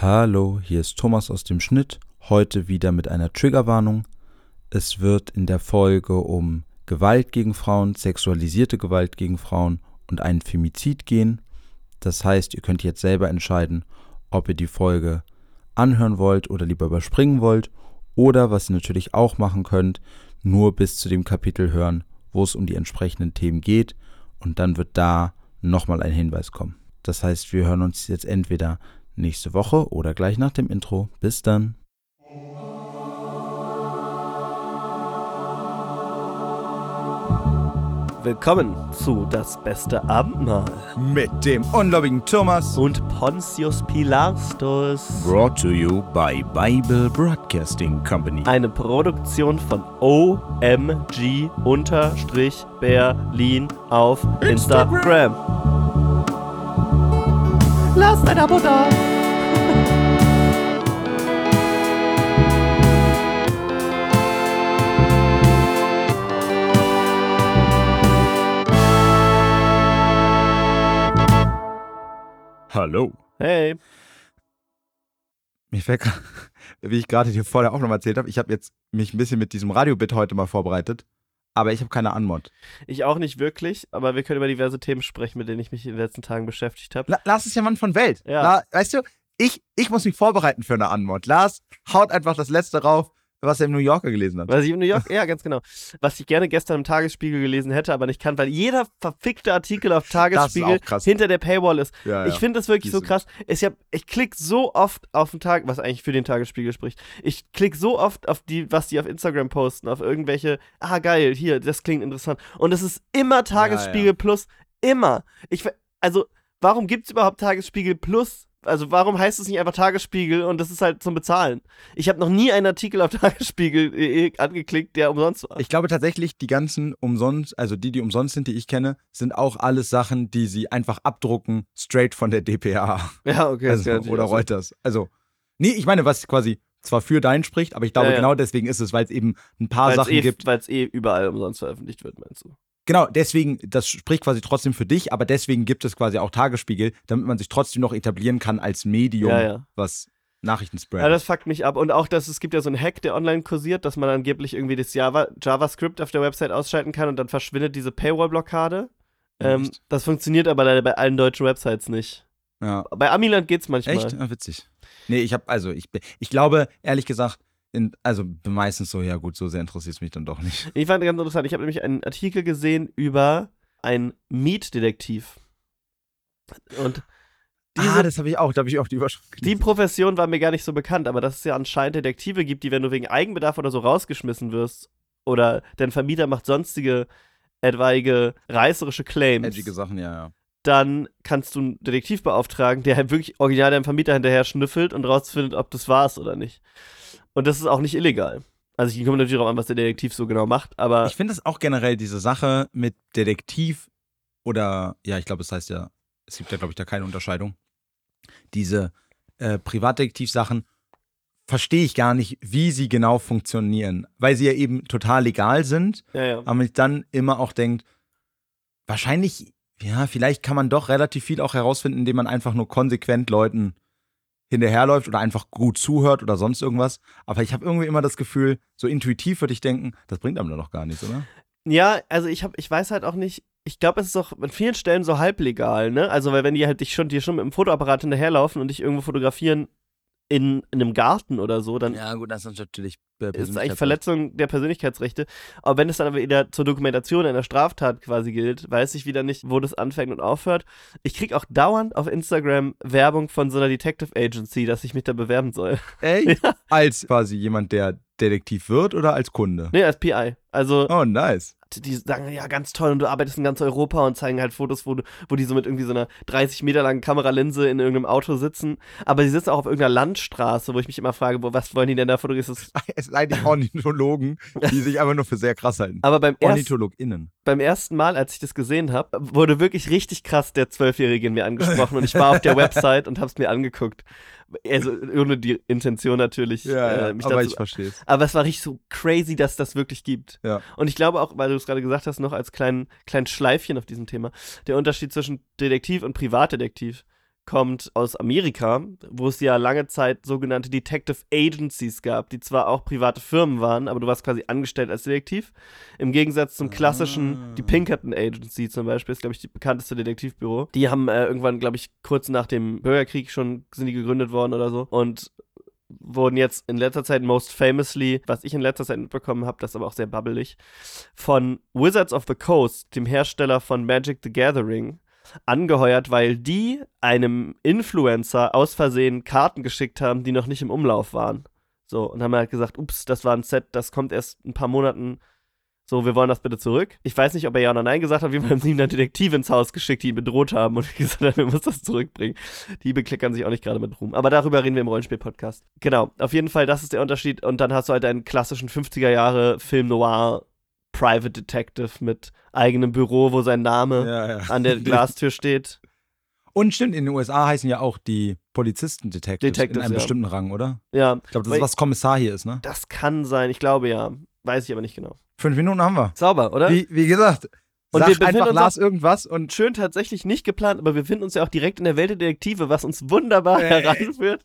Hallo, hier ist Thomas aus dem Schnitt, heute wieder mit einer Triggerwarnung. Es wird in der Folge um Gewalt gegen Frauen, sexualisierte Gewalt gegen Frauen und einen Femizid gehen. Das heißt, ihr könnt jetzt selber entscheiden, ob ihr die Folge anhören wollt oder lieber überspringen wollt oder, was ihr natürlich auch machen könnt, nur bis zu dem Kapitel hören, wo es um die entsprechenden Themen geht und dann wird da nochmal ein Hinweis kommen. Das heißt, wir hören uns jetzt entweder nächste Woche oder gleich nach dem Intro. Bis dann. Willkommen zu Das beste Abendmahl Mit dem ungläubigen Thomas und Pontius Pilarstus. Brought to you by Bible Broadcasting Company. Eine Produktion von OMG-Berlin auf Instagram. Lasst ein Abo da! Hallo. Hey. Mir fällt gerade, wie ich gerade dir vor der Aufnahme erzählt habe, ich habe jetzt mich ein bisschen mit diesem Radio-Bit heute mal vorbereitet, aber ich habe keine Anmod. Ich auch nicht wirklich, aber wir können über diverse Themen sprechen, mit denen ich mich in den letzten Tagen beschäftigt habe. Lars ist ja Mann von Welt. Ja. Weißt du, ich muss mich vorbereiten für eine Anmod. Lars haut einfach das Letzte rauf, was er im New Yorker gelesen hat. Was ich im New York, ja, ganz genau. Was ich gerne gestern im Tagesspiegel gelesen hätte, aber nicht kann, weil jeder verfickte Artikel auf Tagesspiegel hinter der Paywall ist. Ja, ich finde das wirklich so krass. Ich klicke so oft auf den Tag, was eigentlich für den Tagesspiegel spricht. Ich klicke so oft auf was die auf Instagram posten, auf irgendwelche, geil, hier, das klingt interessant. Und es ist immer Tagesspiegel Plus, immer. Also, warum gibt's überhaupt Tagesspiegel Plus? Also warum heißt es nicht einfach Tagesspiegel und das ist halt zum Bezahlen? Ich habe noch nie einen Artikel auf Tagesspiegel angeklickt, der umsonst war. Ich glaube tatsächlich, die ganzen umsonst, also die umsonst sind, die ich kenne, sind auch alles Sachen, die sie einfach abdrucken, straight von der dpa. Ja, okay. Also, oder Reuters. Also, nee, ich meine, was quasi zwar für deinen spricht, aber ich glaube genau deswegen ist es, weil es eben ein paar Sachen gibt. Weil es überall umsonst veröffentlicht wird, meinst du? Genau, deswegen, das spricht quasi trotzdem für dich, aber deswegen gibt es quasi auch Tagesspiegel, damit man sich trotzdem noch etablieren kann als Medium, was Nachrichten spreadet. Ja, das fuckt mich ab. Und auch, es gibt ja so einen Hack, der online kursiert, dass man angeblich irgendwie das JavaScript auf der Website ausschalten kann und dann verschwindet diese Paywall-Blockade. Das funktioniert aber leider bei allen deutschen Websites nicht. Ja. Bei Amiland geht's manchmal. Echt? Witzig. Nee, ich glaube, ehrlich gesagt, meistens so, ja gut, so sehr interessiert es mich dann doch nicht. Ich fand ganz interessant, ich habe nämlich einen Artikel gesehen über ein Mietdetektiv. Und das habe ich auch, da habe ich auch die Überschrift gelesen. Die Profession war mir gar nicht so bekannt, aber dass es ja anscheinend Detektive gibt, die, wenn du wegen Eigenbedarf oder so rausgeschmissen wirst oder dein Vermieter macht sonstige etwaige reißerische Claims. Edgige Sachen, ja. Dann kannst du einen Detektiv beauftragen, der halt wirklich original deinem Vermieter hinterher schnüffelt und rausfindet, ob das war's oder nicht. Und das ist auch nicht illegal. Also ich komme natürlich darauf an, was der Detektiv so genau macht, aber ich finde das auch generell, diese Sache mit Detektiv oder, ja, ich glaube, es gibt ja, glaube ich, da keine Unterscheidung. Diese Privatdetektiv-Sachen verstehe ich gar nicht, wie sie genau funktionieren, weil sie ja eben total legal sind, aber man sich dann immer auch denkt, wahrscheinlich, ja, vielleicht kann man doch relativ viel auch herausfinden, indem man einfach nur konsequent Leuten hinterherläuft oder einfach gut zuhört oder sonst irgendwas. Aber ich habe irgendwie immer das Gefühl, so intuitiv würde ich denken, das bringt einem doch gar nichts, oder? Ja, also ich weiß halt auch nicht, ich glaube, es ist auch an vielen Stellen so halblegal, ne? Also, weil wenn die halt dir schon mit dem Fotoapparat hinterherlaufen und dich irgendwo fotografieren in einem Garten oder so, dann ja gut, das ist natürlich ist eigentlich Verletzung der Persönlichkeitsrechte. Aber wenn es dann aber wieder zur Dokumentation einer Straftat quasi gilt, weiß ich wieder nicht, wo das anfängt und aufhört. Ich krieg auch dauernd auf Instagram Werbung von so einer Detective Agency, dass ich mich da bewerben soll. Echt? Ja. Als quasi jemand, der Detektiv wird oder als Kunde? Nee, als PI. Also, oh, nice. Die sagen, ja, ganz toll und du arbeitest in ganz Europa und zeigen halt Fotos, wo die so mit irgendwie so einer 30 Meter langen Kameralinse in irgendeinem Auto sitzen. Aber die sitzen auch auf irgendeiner Landstraße, wo ich mich immer frage, was wollen die denn da fotografieren? Es sind eigentlich Ornithologen, die sich einfach nur für sehr krass halten. Aber OrnithologInnen. Beim ersten Mal, als ich das gesehen habe, wurde wirklich richtig krass der 12-Jährige in mir angesprochen und ich war auf der Website und hab's mir angeguckt. Also ohne die Intention natürlich. Mich aber dazu, ich verstehe es. Aber es war richtig so crazy, dass das wirklich gibt. Ja. Und ich glaube auch, weil du es gerade gesagt hast, noch als kleinen Schleifchen auf diesem Thema, der Unterschied zwischen Detektiv und Privatdetektiv kommt aus Amerika, wo es ja lange Zeit sogenannte Detective Agencies gab, die zwar auch private Firmen waren, aber du warst quasi angestellt als Detektiv. Im Gegensatz zum klassischen, die Pinkerton Agency zum Beispiel, ist, glaube ich, die bekannteste Detektivbüro. Die haben irgendwann, glaube ich, kurz nach dem Bürgerkrieg schon sind die gegründet worden oder so. Und wurden jetzt in letzter Zeit most famously, was ich in letzter Zeit mitbekommen habe, das ist aber auch sehr babbelig, von Wizards of the Coast, dem Hersteller von Magic the Gathering, angeheuert, weil die einem Influencer aus Versehen Karten geschickt haben, die noch nicht im Umlauf waren. So, und haben halt gesagt, ups, das war ein Set, das kommt erst in ein paar Monaten. So, wir wollen das bitte zurück. Ich weiß nicht, ob er ja oder nein gesagt hat, wir haben ihm eine Detektive ins Haus geschickt, die ihn bedroht haben und gesagt haben, wir müssen das zurückbringen. Die bekleckern sich auch nicht gerade mit Ruhm. Aber darüber reden wir im Rollenspiel-Podcast. Genau, auf jeden Fall, das ist der Unterschied. Und dann hast du halt einen klassischen 50er-Jahre Film Noir Private Detective mit eigenem Büro, wo sein Name an der Glastür steht. Und stimmt, in den USA heißen ja auch die Polizisten-Detectives in einem bestimmten Rang, oder? Ja. Ich glaube, das ist, was Kommissar hier ist, ne? Das kann sein, ich glaube ja. Weiß ich aber nicht genau. 5 Minuten haben wir. Sauber, oder? Wie gesagt, und sag wir einfach Lars irgendwas und schön tatsächlich nicht geplant, aber wir befinden uns ja auch direkt in der Welt der Detektive, was uns wunderbar heranführt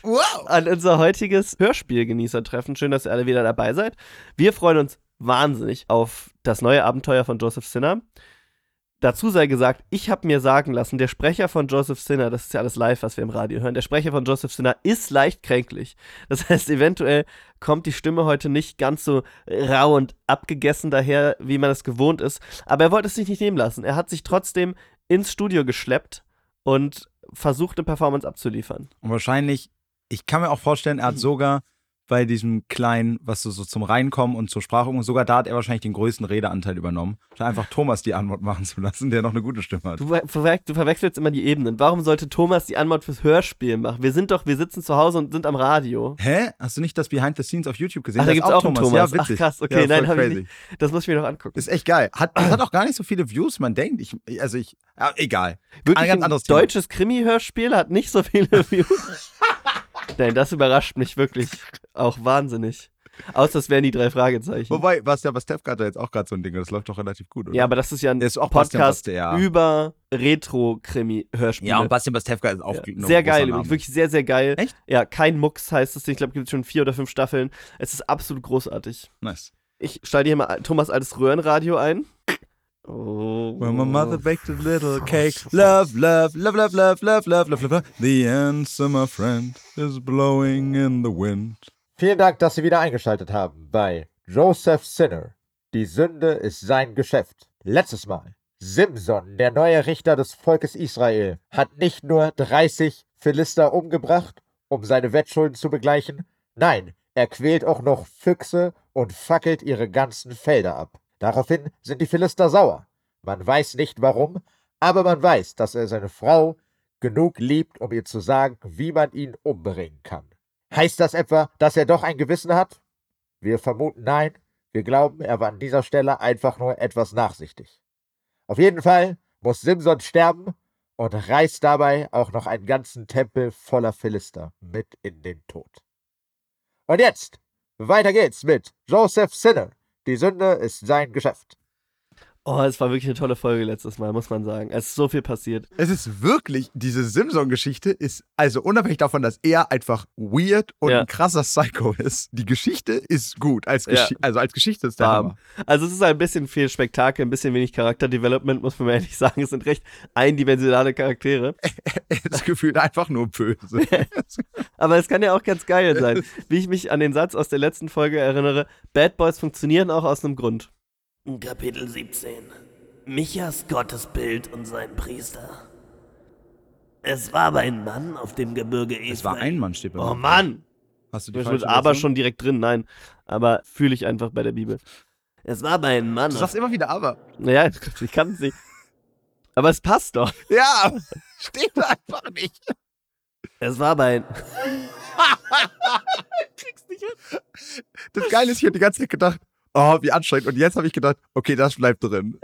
an unser heutiges Hörspielgenießertreffen. Schön, dass ihr alle wieder dabei seid. Wir freuen uns wahnsinnig auf das neue Abenteuer von Joseph Sinner. Dazu sei gesagt, ich habe mir sagen lassen, der Sprecher von Joseph Sinner, das ist ja alles live, was wir im Radio hören, der Sprecher von Joseph Sinner ist leicht kränklich. Das heißt, eventuell kommt die Stimme heute nicht ganz so rau und abgegessen daher, wie man es gewohnt ist. Aber er wollte es sich nicht nehmen lassen. Er hat sich trotzdem ins Studio geschleppt und versucht, eine Performance abzuliefern. Und wahrscheinlich, ich kann mir auch vorstellen, er hat sogar bei diesem kleinen, was so zum Reinkommen und zur Sprachübung, sogar da hat er wahrscheinlich den größten Redeanteil übernommen. Statt einfach Thomas die Antwort machen zu lassen, der noch eine gute Stimme hat. Du verwechselst immer die Ebenen. Warum sollte Thomas die Antwort fürs Hörspiel machen? Wir sitzen zu Hause und sind am Radio. Hä? Hast du nicht das Behind the Scenes auf YouTube gesehen? Ach, da gibt's auch einen Thomas. Ja, witzig. Ach krass, okay, ja, nein, hab ich nicht. Das muss ich mir noch angucken. Ist echt geil. Hat auch gar nicht so viele Views, man denkt. Egal. Wirklich ein ganz anderes Thema. Deutsches Krimi-Hörspiel hat nicht so viele Views. Nein, das überrascht mich wirklich auch wahnsinnig. Außer das wären die 3 Fragezeichen. Wobei, Bastian Pastewka hat ja jetzt auch gerade so ein Ding, das läuft doch relativ gut, oder? Ja, aber das ist ja ein Podcast über Retro-Krimi-Hörspiele. Ja, und Bastian Pastewka ist auch sehr geil, wirklich sehr, sehr geil. Echt? Ja, kein Mucks heißt es. Ich glaube, es gibt schon 4 oder 5 Staffeln. Es ist absolut großartig. Nice. Ich schalte hier mal Thomas altes Röhrenradio ein. Oh. When my mother baked a little cake, love, love, love, love, love, love, love, love, love. The answer, my friend, is blowing in the wind. Vielen Dank, dass Sie wieder eingeschaltet haben bei Joseph Sinner. Die Sünde ist sein Geschäft. Letztes Mal. Simson, der neue Richter des Volkes Israel, hat nicht nur 30 Philister umgebracht, um seine Wettschulden zu begleichen. Nein, er quält auch noch Füchse und fackelt ihre ganzen Felder ab. Daraufhin sind die Philister sauer. Man weiß nicht warum, aber man weiß, dass er seine Frau genug liebt, um ihr zu sagen, wie man ihn umbringen kann. Heißt das etwa, dass er doch ein Gewissen hat? Wir vermuten nein. Wir glauben, er war an dieser Stelle einfach nur etwas nachsichtig. Auf jeden Fall muss Simson sterben und reißt dabei auch noch einen ganzen Tempel voller Philister mit in den Tod. Und jetzt, weiter geht's mit Joseph Sinner. Die Sünde ist sein Geschäft. Oh, es war wirklich eine tolle Folge letztes Mal, muss man sagen. Es ist so viel passiert. Es ist wirklich, diese Simpson-Geschichte ist, also unabhängig davon, dass er einfach weird und ein krasser Psycho ist, die Geschichte ist gut. Als Geschichte ist der Hammer. Also es ist ein bisschen viel Spektakel, ein bisschen wenig Charakterdevelopment, muss man ehrlich sagen. Es sind recht eindimensionale Charaktere. Er ist gefühlt einfach nur böse. Aber es kann ja auch ganz geil sein. Wie ich mich an den Satz aus der letzten Folge erinnere, Bad Boys funktionieren auch aus einem Grund. Kapitel 17. Michas Gottesbild und sein Priester. Es war aber ein Mann auf dem Gebirge Ephraim. Es war ein Mann, steht bei mir. Oh Mann! Hast du die Ich falsche mit aber Version? schon direkt drin, nein. Aber fühle ich einfach bei der Bibel. Es war aber ein Mann. Du sagst immer wieder aber. Naja, ich kann es nicht. Aber es passt doch. Ja, steht einfach nicht. Es war aber ein... Kriegst nicht hin. Das Geile ist, ich habe die ganze Zeit gedacht, oh, wie anstrengend. Und jetzt habe ich gedacht, okay, das bleibt drin.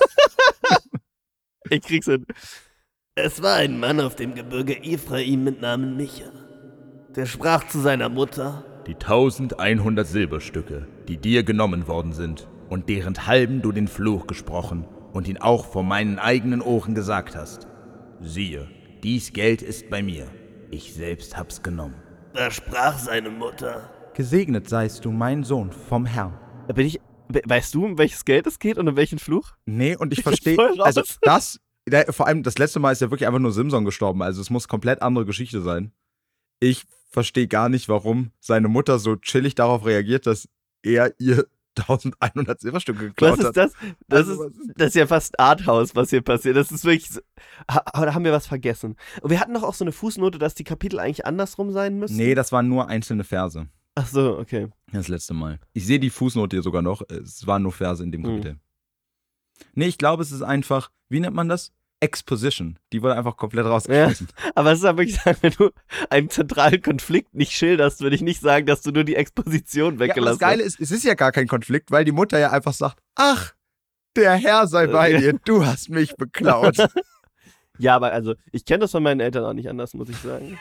Ich krieg's hin. Es war ein Mann auf dem Gebirge Ephraim mit Namen Micha. Der sprach zu seiner Mutter: Die 1100 Silberstücke, die dir genommen worden sind und deren halben du den Fluch gesprochen und ihn auch vor meinen eigenen Ohren gesagt hast. Siehe, Dies Geld ist bei mir. Ich selbst hab's genommen. Da sprach seine Mutter. Gesegnet seist du, mein Sohn, vom Herrn. Weißt du, um welches Geld es geht und um welchen Fluch? Nee, und ich verstehe, Voll raus. also vor allem das letzte Mal ist ja wirklich einfach nur Simson gestorben, also es muss komplett andere Geschichte sein. Ich verstehe gar nicht, warum seine Mutter so chillig darauf reagiert, dass er ihr 1100 Silberstücke geklaut Was hat. ist das? Also, Das ist ja fast Arthouse, was hier passiert. Das ist wirklich so, da haben wir was vergessen. Und wir hatten doch auch so eine Fußnote, dass die Kapitel eigentlich andersrum sein müssen. Nee, das waren nur einzelne Verse. Ach so, okay. Das letzte Mal. Ich sehe die Fußnote hier sogar noch. Es waren nur Verse in dem Kapitel. Nee, ich glaube, es ist einfach, wie nennt man das? Exposition. Die wurde einfach komplett rausgeschmissen. Aber es ist ja wirklich sagen, wenn du einen zentralen Konflikt nicht schilderst, würde ich nicht sagen, dass du nur die Exposition Ja, aber das weggelassen Geile ist, es ist ja gar kein Konflikt, weil die Mutter ja einfach sagt, ach, der Herr sei bei dir, du hast mich beklaut. hast. Ja, aber also, ich kenne das von meinen Eltern auch nicht anders, muss ich sagen.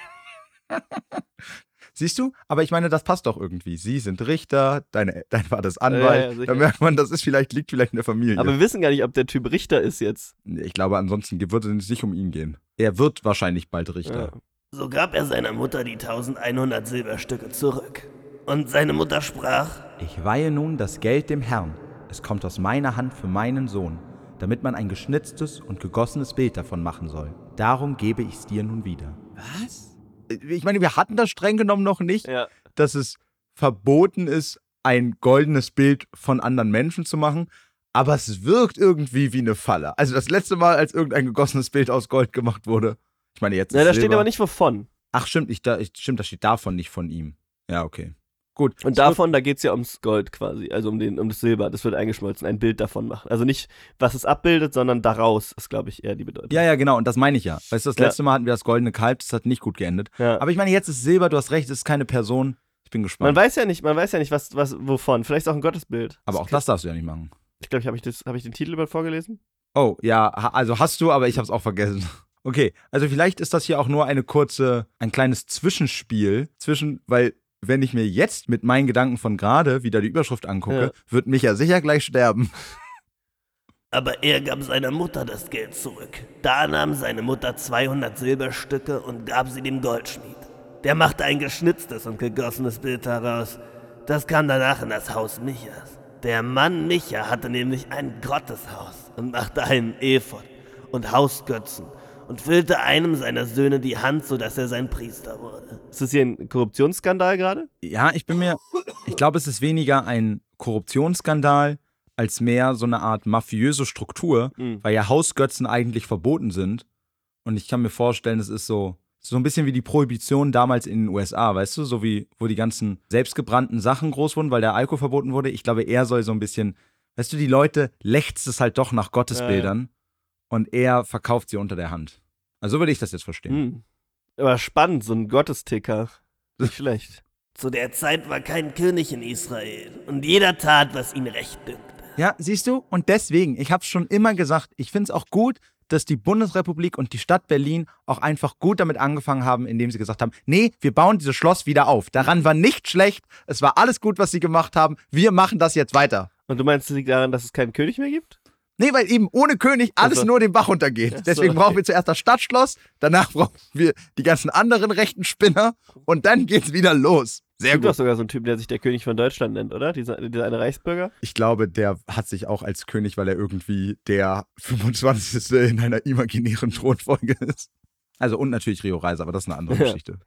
Siehst du? Aber ich meine, das passt doch irgendwie. Sie sind Richter, dein Vater ist Anwalt. sicher. Da merkt man, das liegt vielleicht in der Familie. Aber wir wissen gar nicht, ob der Typ Richter ist jetzt. Ich glaube, ansonsten würde es nicht um ihn gehen. Er wird wahrscheinlich bald Richter. Ja. So gab er seiner Mutter die 1100 Silberstücke zurück. Und seine Mutter sprach, Ich weihe nun das Geld dem Herrn. Es kommt aus meiner Hand für meinen Sohn, damit man ein geschnitztes und gegossenes Bild davon machen soll. Darum gebe ich es dir nun wieder. Was? Ich meine, wir hatten das streng genommen noch nicht, Ja. dass es verboten ist, ein goldenes Bild von anderen Menschen zu machen, aber es wirkt irgendwie wie eine Falle. Also das letzte Mal, als irgendein gegossenes Bild aus Gold gemacht wurde. Ich meine, jetzt Na, ist da steht Silber. aber nicht wovon. Ach, stimmt, stimmt, das steht davon, nicht von ihm. Ja, okay. Gut. Und davon, da geht es ja ums Gold quasi, also um das Silber. Das wird eingeschmolzen, ein Bild davon machen. Also nicht, was es abbildet, sondern daraus ist, glaube ich, eher die Bedeutung. Ja, genau, und das meine ich ja. Weißt du, das Ja. letzte Mal hatten wir das goldene Kalb, das hat nicht gut geendet. Ja. Aber ich meine, jetzt ist Silber, du hast recht, es ist keine Person. Ich bin gespannt. Man weiß ja nicht, was wovon. Vielleicht auch ein Gottesbild. Aber auch das darfst du ja nicht machen. Ich glaube, habe ich den Titel über vorgelesen? Oh, ja, also hast du, aber ich habe es auch vergessen. Okay, also vielleicht ist das hier auch nur ein kleines Zwischenspiel weil wenn ich mir jetzt mit meinen Gedanken von gerade wieder die Überschrift angucke, wird Micha sicher gleich sterben. aber er gab seiner Mutter das Geld zurück. Da nahm seine Mutter 200 Silberstücke und gab sie dem Goldschmied. Der machte ein geschnitztes und gegossenes Bild daraus. Das kam danach in das Haus Michas. Der Mann Micha hatte nämlich ein Gotteshaus und machte einen Ephod und Hausgötzen und füllte einem seiner Söhne die Hand, sodass er sein Priester wurde. Ist das hier ein Korruptionsskandal gerade? Ja, ich glaube, es ist weniger ein Korruptionsskandal als mehr so eine Art mafiöse Struktur, weil ja Hausgötzen eigentlich verboten sind. Und ich kann mir vorstellen, es ist so ein bisschen wie die Prohibition damals in den USA, weißt du? So wie, wo die ganzen selbstgebrannten Sachen groß wurden, weil der Alkohol verboten wurde. Ich glaube, er soll so ein bisschen, weißt du, die Leute lechzt es halt doch nach Gottesbildern und er verkauft sie unter der Hand. Also so würde ich das jetzt verstehen. Aber spannend, so ein Gottesticker. Nicht schlecht. Zu der Zeit war kein König in Israel und jeder tat, was ihn recht dünkte. Ja, siehst du? Und deswegen, ich habe es schon immer gesagt, ich finde es auch gut, dass die Bundesrepublik und die Stadt Berlin auch einfach gut damit angefangen haben, indem sie gesagt haben, nee, wir bauen dieses Schloss wieder auf. Daran war nicht schlecht, es war alles gut, was sie gemacht haben, wir machen das jetzt weiter. Und du meinst, es liegt daran, dass es keinen König mehr gibt? Nee, weil eben ohne König alles nur den Bach runtergeht. Ach so, Deswegen okay. brauchen wir zuerst das Stadtschloss, danach brauchen wir die ganzen anderen rechten Spinner und dann geht's wieder los. Sehr Es gibt gut. doch sogar so einen Typen, der sich der König von Deutschland nennt, oder? Dieser eine Reichsbürger? Ich glaube, der hat sich auch als König, weil er irgendwie der 25. in einer imaginären Thronfolge ist. Also und natürlich Rio Reiser, aber das ist eine andere Geschichte.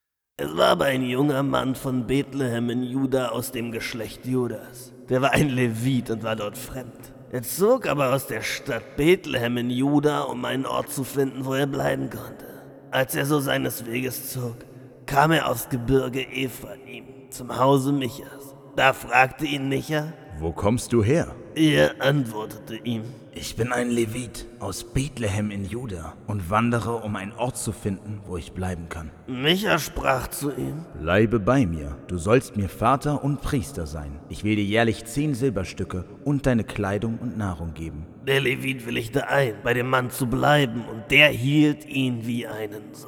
Es war aber ein junger Mann von Bethlehem in Juda aus dem Geschlecht Judas. Der war ein Levit und war dort fremd. Er zog aber aus der Stadt Bethlehem in Juda, um einen Ort zu finden, wo er bleiben konnte. Als er so seines Weges zog, kam er aufs Gebirge Ephraim, zum Hause Michas. Da fragte ihn Micha, Wo kommst du her? er antwortete ihm, Ich bin ein Levit aus Bethlehem in Juda und wandere, um einen Ort zu finden, wo ich bleiben kann. Micha sprach zu ihm, Bleibe bei mir, du sollst mir Vater und Priester sein. Ich will dir jährlich 10 Silberstücke und deine Kleidung und Nahrung geben. der Levit willigte ein, bei dem Mann zu bleiben, und der hielt ihn wie einen Sohn.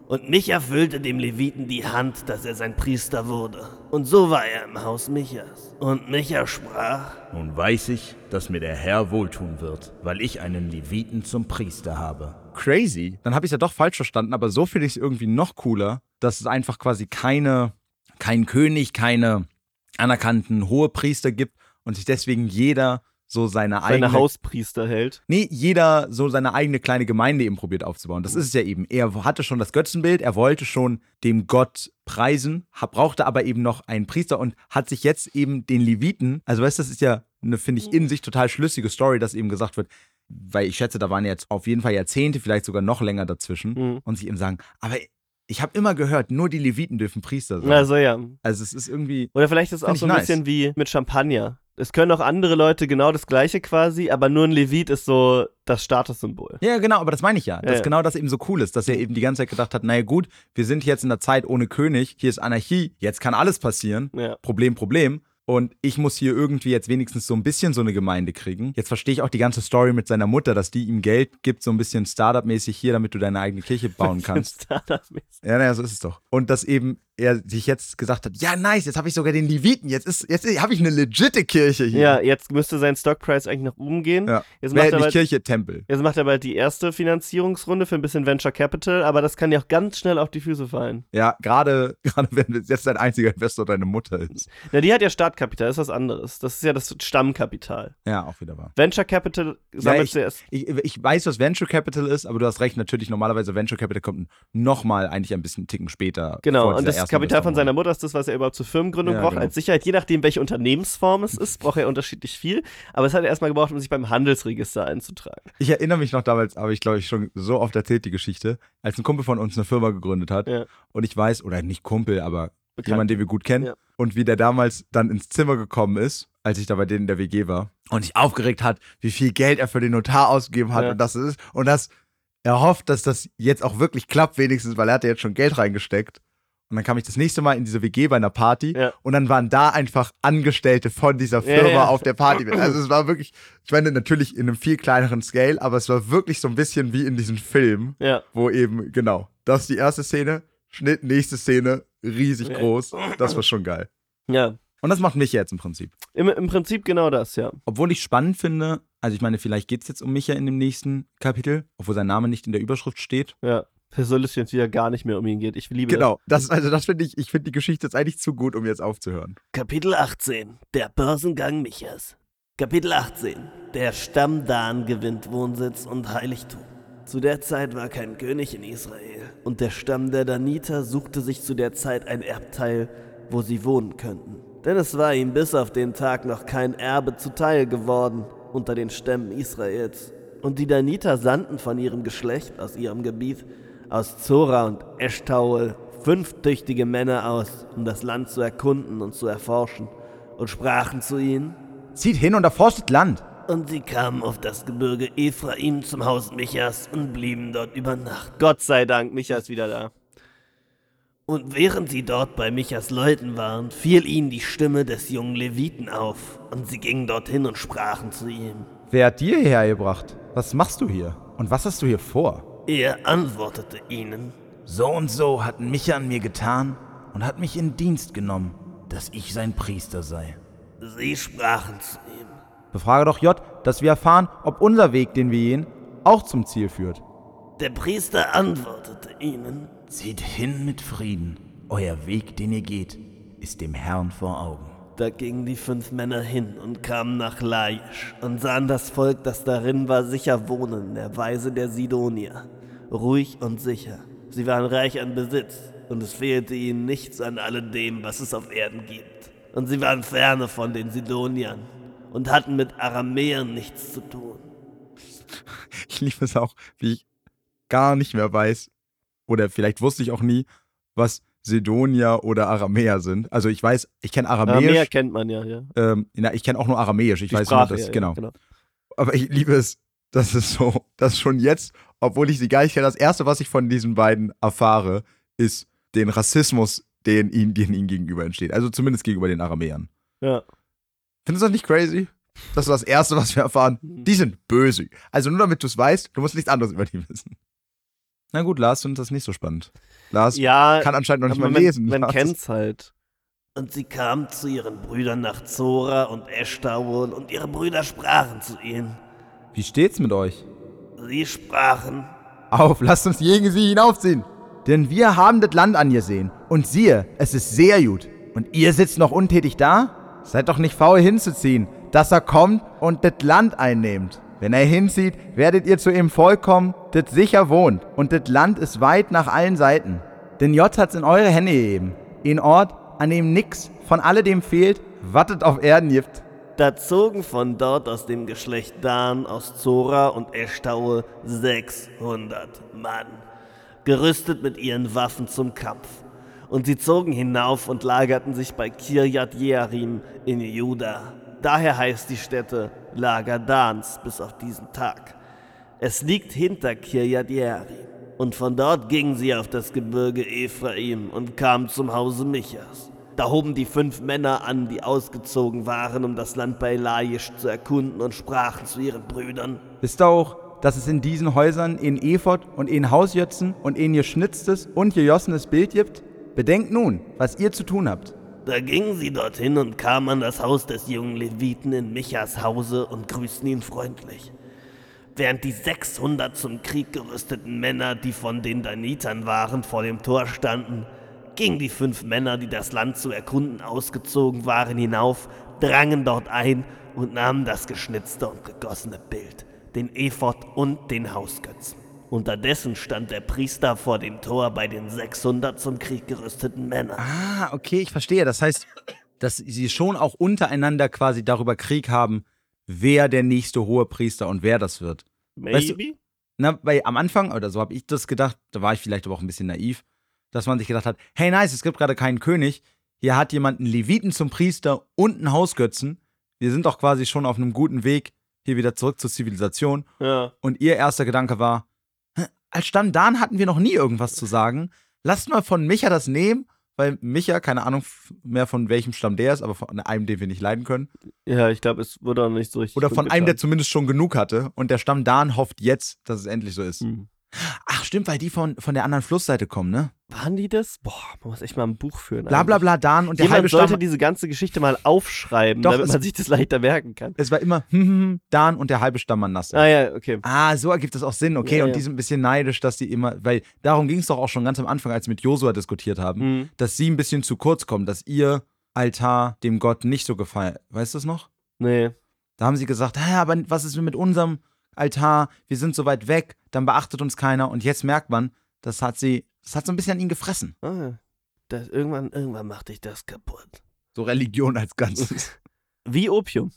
Und Micha füllte dem Leviten die Hand, dass er sein Priester wurde. Und so war er im Haus Michas. Und Micha sprach: Nun weiß ich, dass mir der Herr wohltun wird, weil ich einen Leviten zum Priester habe. Crazy. Dann habe ich es ja doch falsch verstanden, aber so finde ich es irgendwie noch cooler, dass es einfach quasi keinen König, keine anerkannten Hohepriester gibt und sich deswegen jeder so seine eigene Hauspriester hält. Nee, jeder so seine eigene kleine Gemeinde eben probiert aufzubauen. Das ist es ja eben. Er hatte schon das Götzenbild, er wollte schon dem Gott preisen, brauchte aber eben noch einen Priester und hat sich jetzt eben den Leviten, also weißt du, das ist ja eine, finde ich, in sich total schlüssige Story, dass eben gesagt wird, weil ich schätze, da waren jetzt auf jeden Fall Jahrzehnte, vielleicht sogar noch länger dazwischen und sich eben sagen, aber ich habe immer gehört, nur die Leviten dürfen Priester sein. Also ja. Also es ist irgendwie... Oder vielleicht ist es auch so ein bisschen wie mit Champagner. Es können auch andere Leute genau das Gleiche quasi, aber nur ein Levit ist so das Statussymbol. Ja, genau, aber das meine ich ja. Dass ja. genau das eben so cool ist, dass er eben die ganze Zeit gedacht hat, naja gut, wir sind jetzt in der Zeit ohne König, hier ist Anarchie, jetzt kann alles passieren. Ja. Problem. Und ich muss hier irgendwie jetzt wenigstens so ein bisschen so eine Gemeinde kriegen. Jetzt verstehe ich auch die ganze Story mit seiner Mutter, dass die ihm Geld gibt, so ein bisschen Startup-mäßig hier, damit du deine eigene Kirche bauen kannst. Startup-mäßig. Ja, naja, so ist es doch. Und dass eben er sich jetzt gesagt hat, ja nice, jetzt habe ich sogar den Leviten, jetzt habe ich eine legitte Kirche hier. Ja, jetzt müsste sein Stockpreis eigentlich nach oben gehen. Ja. Jetzt macht er nicht Kirche, Tempel. Jetzt macht er bald die erste Finanzierungsrunde für ein bisschen Venture Capital, aber das kann ja auch ganz schnell auf die Füße fallen. Ja, gerade wenn jetzt dein einziger Investor deine Mutter ist. Ja, die hat ja Startkapital, das ist was anderes. Das ist ja das Stammkapital. Ja, auch wieder wahr. Venture Capital sammelt zuerst. Ich weiß, was Venture Capital ist, aber du hast recht, natürlich normalerweise Venture Capital kommt nochmal eigentlich ein bisschen Ticken später. Genau, und das Kapital von seiner Mutter ist das, was er überhaupt zur Firmengründung braucht. Genau. Als Sicherheit, je nachdem, welche Unternehmensform es ist, braucht er unterschiedlich viel. Aber es hat er erstmal gebraucht, um sich beim Handelsregister einzutragen. Ich erinnere mich noch damals, aber ich glaube, ich schon so oft erzählt die Geschichte, als ein Kumpel von uns eine Firma gegründet hat. Ja. Und ich weiß, oder nicht Kumpel, aber jemand, den wir gut kennen. Ja. Und wie der damals dann ins Zimmer gekommen ist, als ich da bei denen in der WG war. Und sich aufgeregt hat, wie viel Geld er für den Notar ausgegeben hat und das ist. Und er hofft, dass das jetzt auch wirklich klappt, wenigstens, weil er hatte jetzt schon Geld reingesteckt. Und dann kam ich das nächste Mal in diese WG bei einer Party und dann waren da einfach Angestellte von dieser Firma auf der Party. Also es war wirklich, ich meine natürlich in einem viel kleineren Scale, aber es war wirklich so ein bisschen wie in diesem Film, wo eben, genau, das ist die erste Szene, Schnitt, nächste Szene, riesig groß. Das war schon geil. Ja. Und das macht Micha jetzt im Prinzip. Im Prinzip genau das, ja. Obwohl ich spannend finde, also ich meine, vielleicht geht es jetzt um Micha in dem nächsten Kapitel, obwohl sein Name nicht in der Überschrift steht. Ja. Soll es jetzt wieder gar nicht mehr um ihn geht. Ich liebe genau, das finde ich finde die Geschichte jetzt eigentlich zu gut, um jetzt aufzuhören. Kapitel 18, der Börsengang Michas. Kapitel 18, der Stamm Dan gewinnt Wohnsitz und Heiligtum. Zu der Zeit war kein König in Israel und der Stamm der Daniter suchte sich zu der Zeit ein Erbteil, wo sie wohnen könnten. Denn es war ihm bis auf den Tag noch kein Erbe zuteil geworden unter den Stämmen Israels. Und die Daniter sandten von ihrem Geschlecht aus ihrem Gebiet aus Zora und Eschtaol 5 tüchtige Männer aus, um das Land zu erkunden und zu erforschen, und sprachen zu ihnen: Zieht hin und erforscht Land. Und sie kamen auf das Gebirge Ephraim zum Haus Michas und blieben dort über Nacht. Gott sei Dank, Micha ist wieder da. Und während sie dort bei Michas Leuten waren, fiel ihnen die Stimme des jungen Leviten auf, und sie gingen dorthin und sprachen zu ihm: Wer hat dir hierher gebracht? Was machst du hier? Und was hast du hier vor? Er antwortete ihnen: So und so hat Micha an mir getan und hat mich in Dienst genommen, dass ich sein Priester sei. Sie sprachen zu ihm: Befrage doch J, dass wir erfahren, ob unser Weg, den wir gehen, auch zum Ziel führt. Der Priester antwortete ihnen: Zieht hin mit Frieden. Euer Weg, den ihr geht, ist dem Herrn vor Augen. Da gingen die 5 Männer hin und kamen nach Laisch und sahen das Volk, das darin war, sicher wohnen, in der Weise der Sidonier, ruhig und sicher. Sie waren reich an Besitz, und es fehlte ihnen nichts an alledem, was es auf Erden gibt. Und sie waren ferne von den Sidoniern und hatten mit Aramäern nichts zu tun. Ich liebe es auch, wie ich gar nicht mehr weiß, oder vielleicht wusste ich auch nie, was Sidonier oder Aramäer sind. Also ich weiß, ich kenne Aramäisch. Aramäer kennt man ja. Ich kenne auch nur Aramäisch. Ich die weiß Sprache, nur, dass, ja, genau. genau. Aber ich liebe es, dass es so, dass schon jetzt, obwohl ich sie gar nicht kenne, das Erste, was ich von diesen beiden erfahre, ist den Rassismus, den ihnen gegenüber entsteht. Also zumindest gegenüber den Aramäern. Ja. Findest du das nicht crazy? Das ist das Erste, was wir erfahren. Die sind böse. Also nur damit du es weißt, du musst nichts anderes über die wissen. Na gut, Lars findet das nicht so spannend. Lars Ja, kann anscheinend noch nicht aber mal lesen. Man Lars kennt's halt. Und sie kamen zu ihren Brüdern nach Zora und Eshtaol, und ihre Brüder sprachen zu ihnen. Wie steht's mit euch? Sie sprachen, Auf, lasst uns gegen sie hinaufziehen. Denn wir haben das Land angesehen. Und siehe, es ist sehr gut. Und ihr sitzt noch untätig da? Seid doch nicht faul hinzuziehen, dass er kommt und das Land einnehmt. Wenn er hinzieht, werdet ihr zu ihm Volk kommen, das sicher wohnt. Und das Land ist weit nach allen Seiten. Denn Gott hat's in eure Hände gegeben. In Ort, an dem nix von alledem fehlt, was es auf Erden gibt. da zogen von dort aus dem Geschlecht Dan, aus Zora und Eshtaol 600 Mann, gerüstet mit ihren Waffen zum Kampf. Und sie zogen hinauf und lagerten sich bei Kirjat Jearim in Juda. Daher heißt die Stätte Lager Dans bis auf diesen Tag. Es liegt hinter Kirjat Jearim. Und von dort gingen sie auf das Gebirge Ephraim und kamen zum Hause Michas. Da hoben die 5 Männer an, die ausgezogen waren, um das Land bei Laisch zu erkunden, und sprachen zu ihren Brüdern. Wisst ihr auch, dass es in diesen Häusern in Ephod und in Hausjötzen und in geschnitztes und gejossenes Bild gibt? Bedenkt nun, was ihr zu tun habt. Da gingen sie dorthin und kamen an das Haus des jungen Leviten in Michas Hause und grüßten ihn freundlich. Während die 600 zum Krieg gerüsteten Männer, die von den Danitern waren, vor dem Tor standen, gingen die 5 Männer, die das Land zu erkunden ausgezogen waren, hinauf, drangen dort ein und nahmen das geschnitzte und gegossene Bild, den Ephod und den Hausgötzen. Unterdessen stand der Priester vor dem Tor bei den 600 zum Krieg gerüsteten Männern. Ah, okay, ich verstehe. Das heißt, dass sie schon auch untereinander quasi darüber Krieg haben, wer der nächste Hohepriester und wer das wird. Weißt du, weil am Anfang, oder so habe ich das gedacht, da war ich vielleicht aber auch ein bisschen naiv, dass man sich gedacht hat, hey nice, es gibt gerade keinen König, hier hat jemand einen Leviten zum Priester und einen Hausgötzen. Wir sind doch quasi schon auf einem guten Weg, hier wieder zurück zur Zivilisation. Ja. Und ihr erster Gedanke war, als Stamm Dan hatten wir noch nie irgendwas zu sagen. Lasst mal von Micha das nehmen, weil Micha, keine Ahnung mehr von welchem Stamm der ist, aber von einem, den wir nicht leiden können. Ja, ich glaube, es wurde auch nicht so richtig. Oder gut von einem, der getan. zumindest schon genug hatte. Und der Stamm Dan hofft jetzt, dass es endlich so ist. Hm. Ach, stimmt, weil die von der anderen Flussseite kommen, ne? Waren die das? Boah, man muss echt mal ein Buch führen. Bla bla bla Dan und der Jemand halbe sollte Stamm. diese ganze Geschichte mal aufschreiben, Doch, damit es- man sich das leichter merken kann. Es war immer Dan und der halbe Stamm Manasse. Ah ja, okay. Ah, so ergibt das auch Sinn, okay. Ja, und ja. die sind ein bisschen neidisch, dass die immer, weil darum ging es doch auch schon ganz am Anfang, als wir mit Josua diskutiert haben, Mhm. dass sie ein bisschen zu kurz kommen, dass ihr Altar dem Gott nicht so gefallen. Weißt du es noch? Nee. Da haben sie gesagt, aber was ist mit unserem Altar? Wir sind so weit weg, dann beachtet uns keiner. Und jetzt merkt man, das hat so ein bisschen an ihn gefressen. Ah, ja. Irgendwann machte ich das kaputt. So Religion als Ganzes. Wie Opium.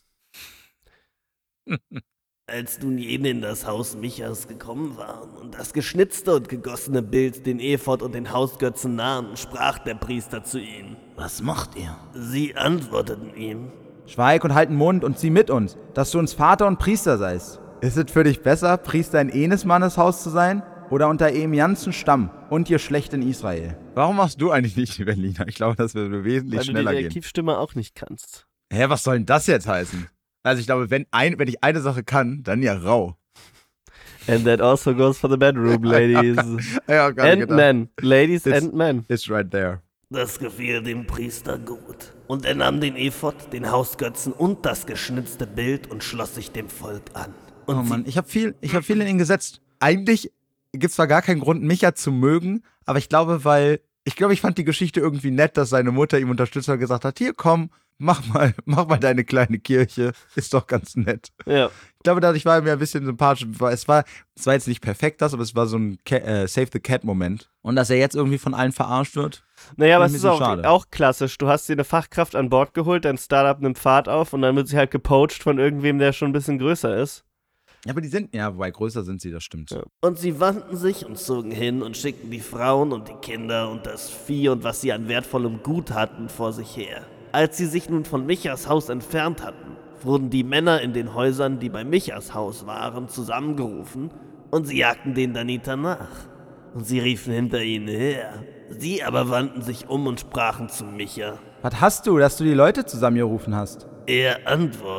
Als nun jene in das Haus Michas gekommen waren und das geschnitzte und gegossene Bild, den Ephod und den Hausgötzen nahmen, sprach der Priester zu ihnen. Was macht ihr? Sie antworteten ihm. Schweig und halt den Mund und zieh mit uns, dass du uns Vater und Priester seist. Ist es für dich besser, Priester in eines Mannes Haus zu sein? Oder unter ihrem ganzen Stamm und ihr Schlecht in Israel? Warum machst du eigentlich nicht die Berliner? Ich glaube, das würde wesentlich Weil du schneller die gehen. Reaktivstimme auch nicht kannst. Hä, was soll denn das jetzt heißen? Also ich glaube, wenn ich eine Sache kann, dann ja rau. And that also goes for the bedroom, ladies. Ja, And men. Ladies It's- and men. It's right there. Das gefiel dem Priester gut. Und er nahm den Ephod, den Hausgötzen und das geschnitzte Bild und schloss sich dem Volk an. Und Oh Mann, ich hab viel in ihn gesetzt. Eigentlich gibt's zwar gar keinen Grund, Micha zu mögen, aber ich glaube, ich fand die Geschichte irgendwie nett, dass seine Mutter ihm unterstützt hat und gesagt hat, hier komm, mach mal deine kleine Kirche. Ist doch ganz nett. Ja. Ich glaube, dadurch war er mir ein bisschen sympathisch. Es war jetzt nicht perfekt aber es war so ein Save the Cat-Moment. Und dass er jetzt irgendwie von allen verarscht wird. Naja, aber es Ein ist bisschen auch, schade. auch klassisch. Du hast dir eine Fachkraft an Bord geholt, dein Startup nimmt Fahrt auf und dann wird sie halt gepoacht von irgendwem, der schon ein bisschen größer ist. Ja, aber wobei größer sind sie, das stimmt. Ja. Und sie wandten sich und zogen hin und schickten die Frauen und die Kinder und das Vieh und was sie an wertvollem Gut hatten vor sich her. Als sie sich nun von Michas Haus entfernt hatten, wurden die Männer in den Häusern, die bei Michas Haus waren, zusammengerufen und sie jagten den Daniter nach. Und sie riefen hinter ihnen her. Sie aber wandten sich um und sprachen zu Micha. Was hast du, dass du die Leute zusammengerufen hast? Er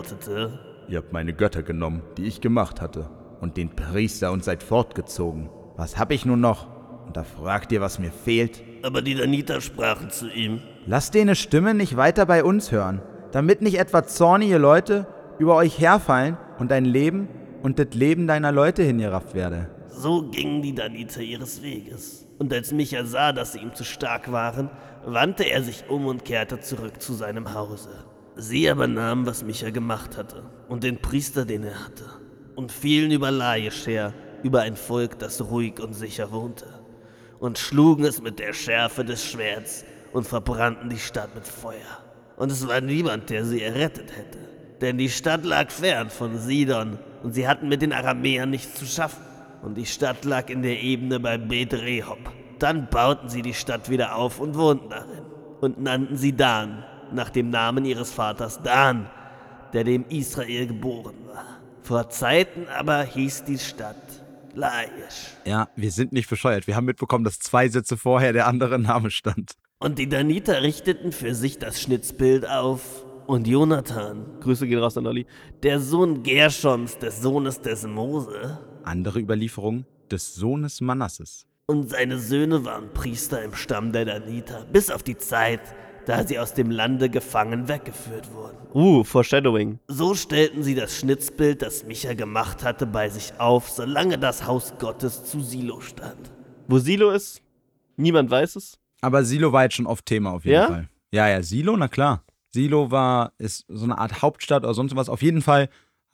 antwortete: Ihr habt meine Götter genommen, die ich gemacht hatte, und den Priester und seid fortgezogen. Was hab ich nun noch? Und da fragt ihr, was mir fehlt. Aber die Daniter sprachen zu ihm: Lasst dene Stimme nicht weiter bei uns hören, damit nicht etwa zornige Leute über euch herfallen und dein Leben und das Leben deiner Leute hingerafft werde. So gingen die Daniter ihres Weges. Und als Micha sah, dass sie ihm zu stark waren, wandte er sich um und kehrte zurück zu seinem Hause. Sie aber nahmen, was Micha gemacht hatte, und den Priester, den er hatte, und fielen über Laisch her, über ein Volk, das ruhig und sicher wohnte, und schlugen es mit der Schärfe des Schwerts und verbrannten die Stadt mit Feuer. Und es war niemand, der sie errettet hätte, denn die Stadt lag fern von Sidon, und sie hatten mit den Aramäern nichts zu schaffen. Und die Stadt lag in der Ebene bei Bet Rehob. Dann bauten sie die Stadt wieder auf und wohnten darin und nannten sie Dan, nach dem Namen ihres Vaters Dan, der dem Israel geboren war. Vor Zeiten aber hieß die Stadt Laisch. Ja, wir sind nicht bescheuert. Wir haben mitbekommen, dass 2 Sätze vorher der andere Name stand. Und die Daniter richteten für sich das Schnitzbild auf. Und Jonathan, Grüße gehen raus an Olli. der Sohn Gershoms, des Sohnes des Mose, Andere Überlieferung des Sohnes Manasses. und seine Söhne waren Priester im Stamm der Daniter, bis auf die Zeit, da sie aus dem Lande gefangen weggeführt wurden. Foreshadowing. So stellten sie das Schnitzbild, das Micha gemacht hatte, bei sich auf, solange das Haus Gottes zu Silo stand. Wo Silo ist, niemand weiß es. Aber Silo war jetzt schon oft Thema auf jeden Ja? Fall. Ja, Silo, na klar. Silo ist so eine Art Hauptstadt oder sonst was. Auf jeden Fall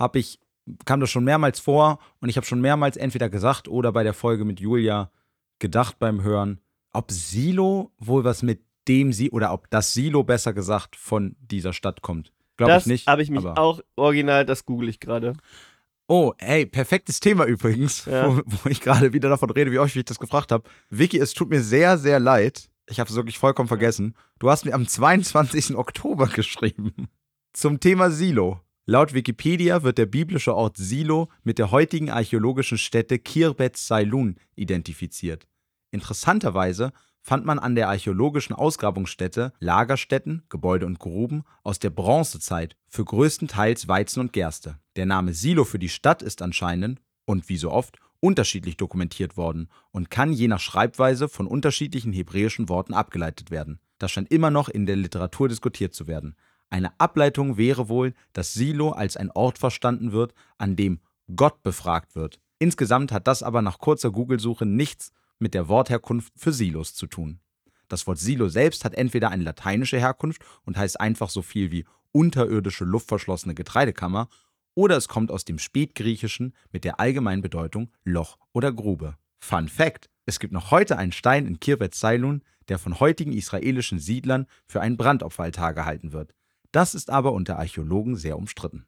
kam das schon mehrmals vor und ich habe schon mehrmals entweder gesagt oder bei der Folge mit Julia gedacht beim Hören, ob Silo wohl was mit dem oder ob das Silo besser gesagt von dieser Stadt kommt. Glaube ich nicht. Das habe ich mich aber auch original, das google ich gerade. Oh, hey, perfektes Thema übrigens, Ja. wo ich gerade wieder davon rede, wie oft ich das gefragt habe. Vicky, es tut mir sehr, sehr leid. Ich habe es wirklich vollkommen vergessen. Du hast mir am 22. Oktober geschrieben zum Thema Silo. Laut Wikipedia wird der biblische Ort Silo mit der heutigen archäologischen Stätte Khirbet Sailun identifiziert. Interessanterweise fand man an der archäologischen Ausgrabungsstätte Lagerstätten, Gebäude und Gruben aus der Bronzezeit für größtenteils Weizen und Gerste. Der Name Silo für die Stadt ist anscheinend, und wie so oft, unterschiedlich dokumentiert worden und kann je nach Schreibweise von unterschiedlichen hebräischen Worten abgeleitet werden. Das scheint immer noch in der Literatur diskutiert zu werden. Eine Ableitung wäre wohl, dass Silo als ein Ort verstanden wird, an dem Gott befragt wird. Insgesamt hat das aber nach kurzer Google-Suche nichts mit der Wortherkunft für Silos zu tun. Das Wort Silo selbst hat entweder eine lateinische Herkunft und heißt einfach so viel wie unterirdische luftverschlossene Getreidekammer, oder es kommt aus dem Spätgriechischen mit der allgemeinen Bedeutung Loch oder Grube. Fun Fact: Es gibt noch heute einen Stein in Khirbet Sailun, der von heutigen israelischen Siedlern für einen Brandopferaltar gehalten wird. Das ist aber unter Archäologen sehr umstritten.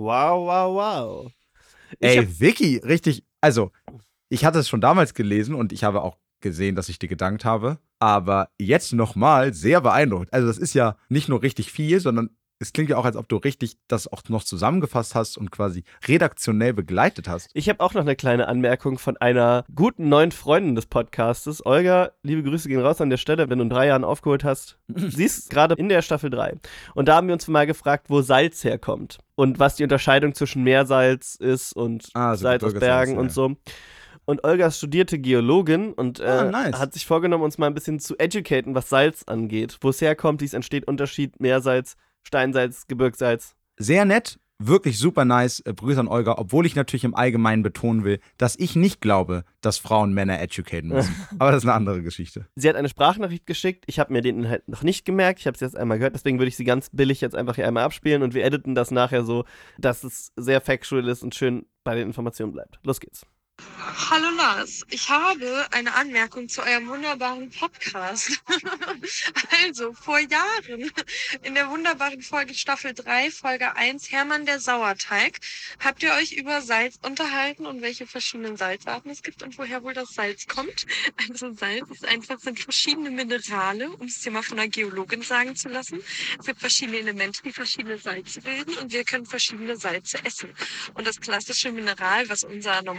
Wow. Vicky, richtig, also ich hatte es schon damals gelesen und ich habe auch gesehen, dass ich dir gedankt habe, aber jetzt nochmal sehr beeindruckt. Also das ist ja nicht nur richtig viel, sondern es klingt ja auch, als ob du richtig das auch noch zusammengefasst hast und quasi redaktionell begleitet hast. Ich habe auch noch eine kleine Anmerkung von einer guten neuen Freundin des Podcastes. Olga, liebe Grüße gehen raus an der Stelle, wenn du in 3 Jahren aufgeholt hast. Sie ist gerade in der Staffel 3. Und da haben wir uns mal gefragt, wo Salz herkommt. Und was die Unterscheidung zwischen Meersalz ist und so Salz aus Gebirgssalz, Bergen ja. und so. Und Olga studierte Geologin und Nice. hat sich vorgenommen, uns mal ein bisschen zu educaten, was Salz angeht. Wo es herkommt, wie es entsteht, Unterschied, Meersalz, Steinsalz, Gebirgssalz. Sehr nett, wirklich super nice. Grüße an Olga, obwohl ich natürlich im Allgemeinen betonen will, dass ich nicht glaube, dass Frauen Männer educaten müssen. Aber das ist eine andere Geschichte. Sie hat eine Sprachnachricht geschickt. Ich habe mir den Inhalt noch nicht gemerkt. Ich habe es jetzt einmal gehört. Deswegen würde ich sie ganz billig jetzt einfach hier einmal abspielen. Und wir editen das nachher so, dass es sehr factual ist und schön bei den Informationen bleibt. Los geht's. Hallo Lars, ich habe eine Anmerkung zu eurem wunderbaren Podcast. Also, vor Jahren, in der wunderbaren Folge Staffel 3, Folge 1, Hermann der Sauerteig, habt ihr euch über Salz unterhalten und welche verschiedenen Salzarten es gibt und woher wohl das Salz kommt. Also Salz sind verschiedene Minerale, um es dir mal von einer Geologin sagen zu lassen. Es gibt verschiedene Elemente, die verschiedene Salze bilden und wir können verschiedene Salze essen. Und das klassische Mineral, was unser normales Salz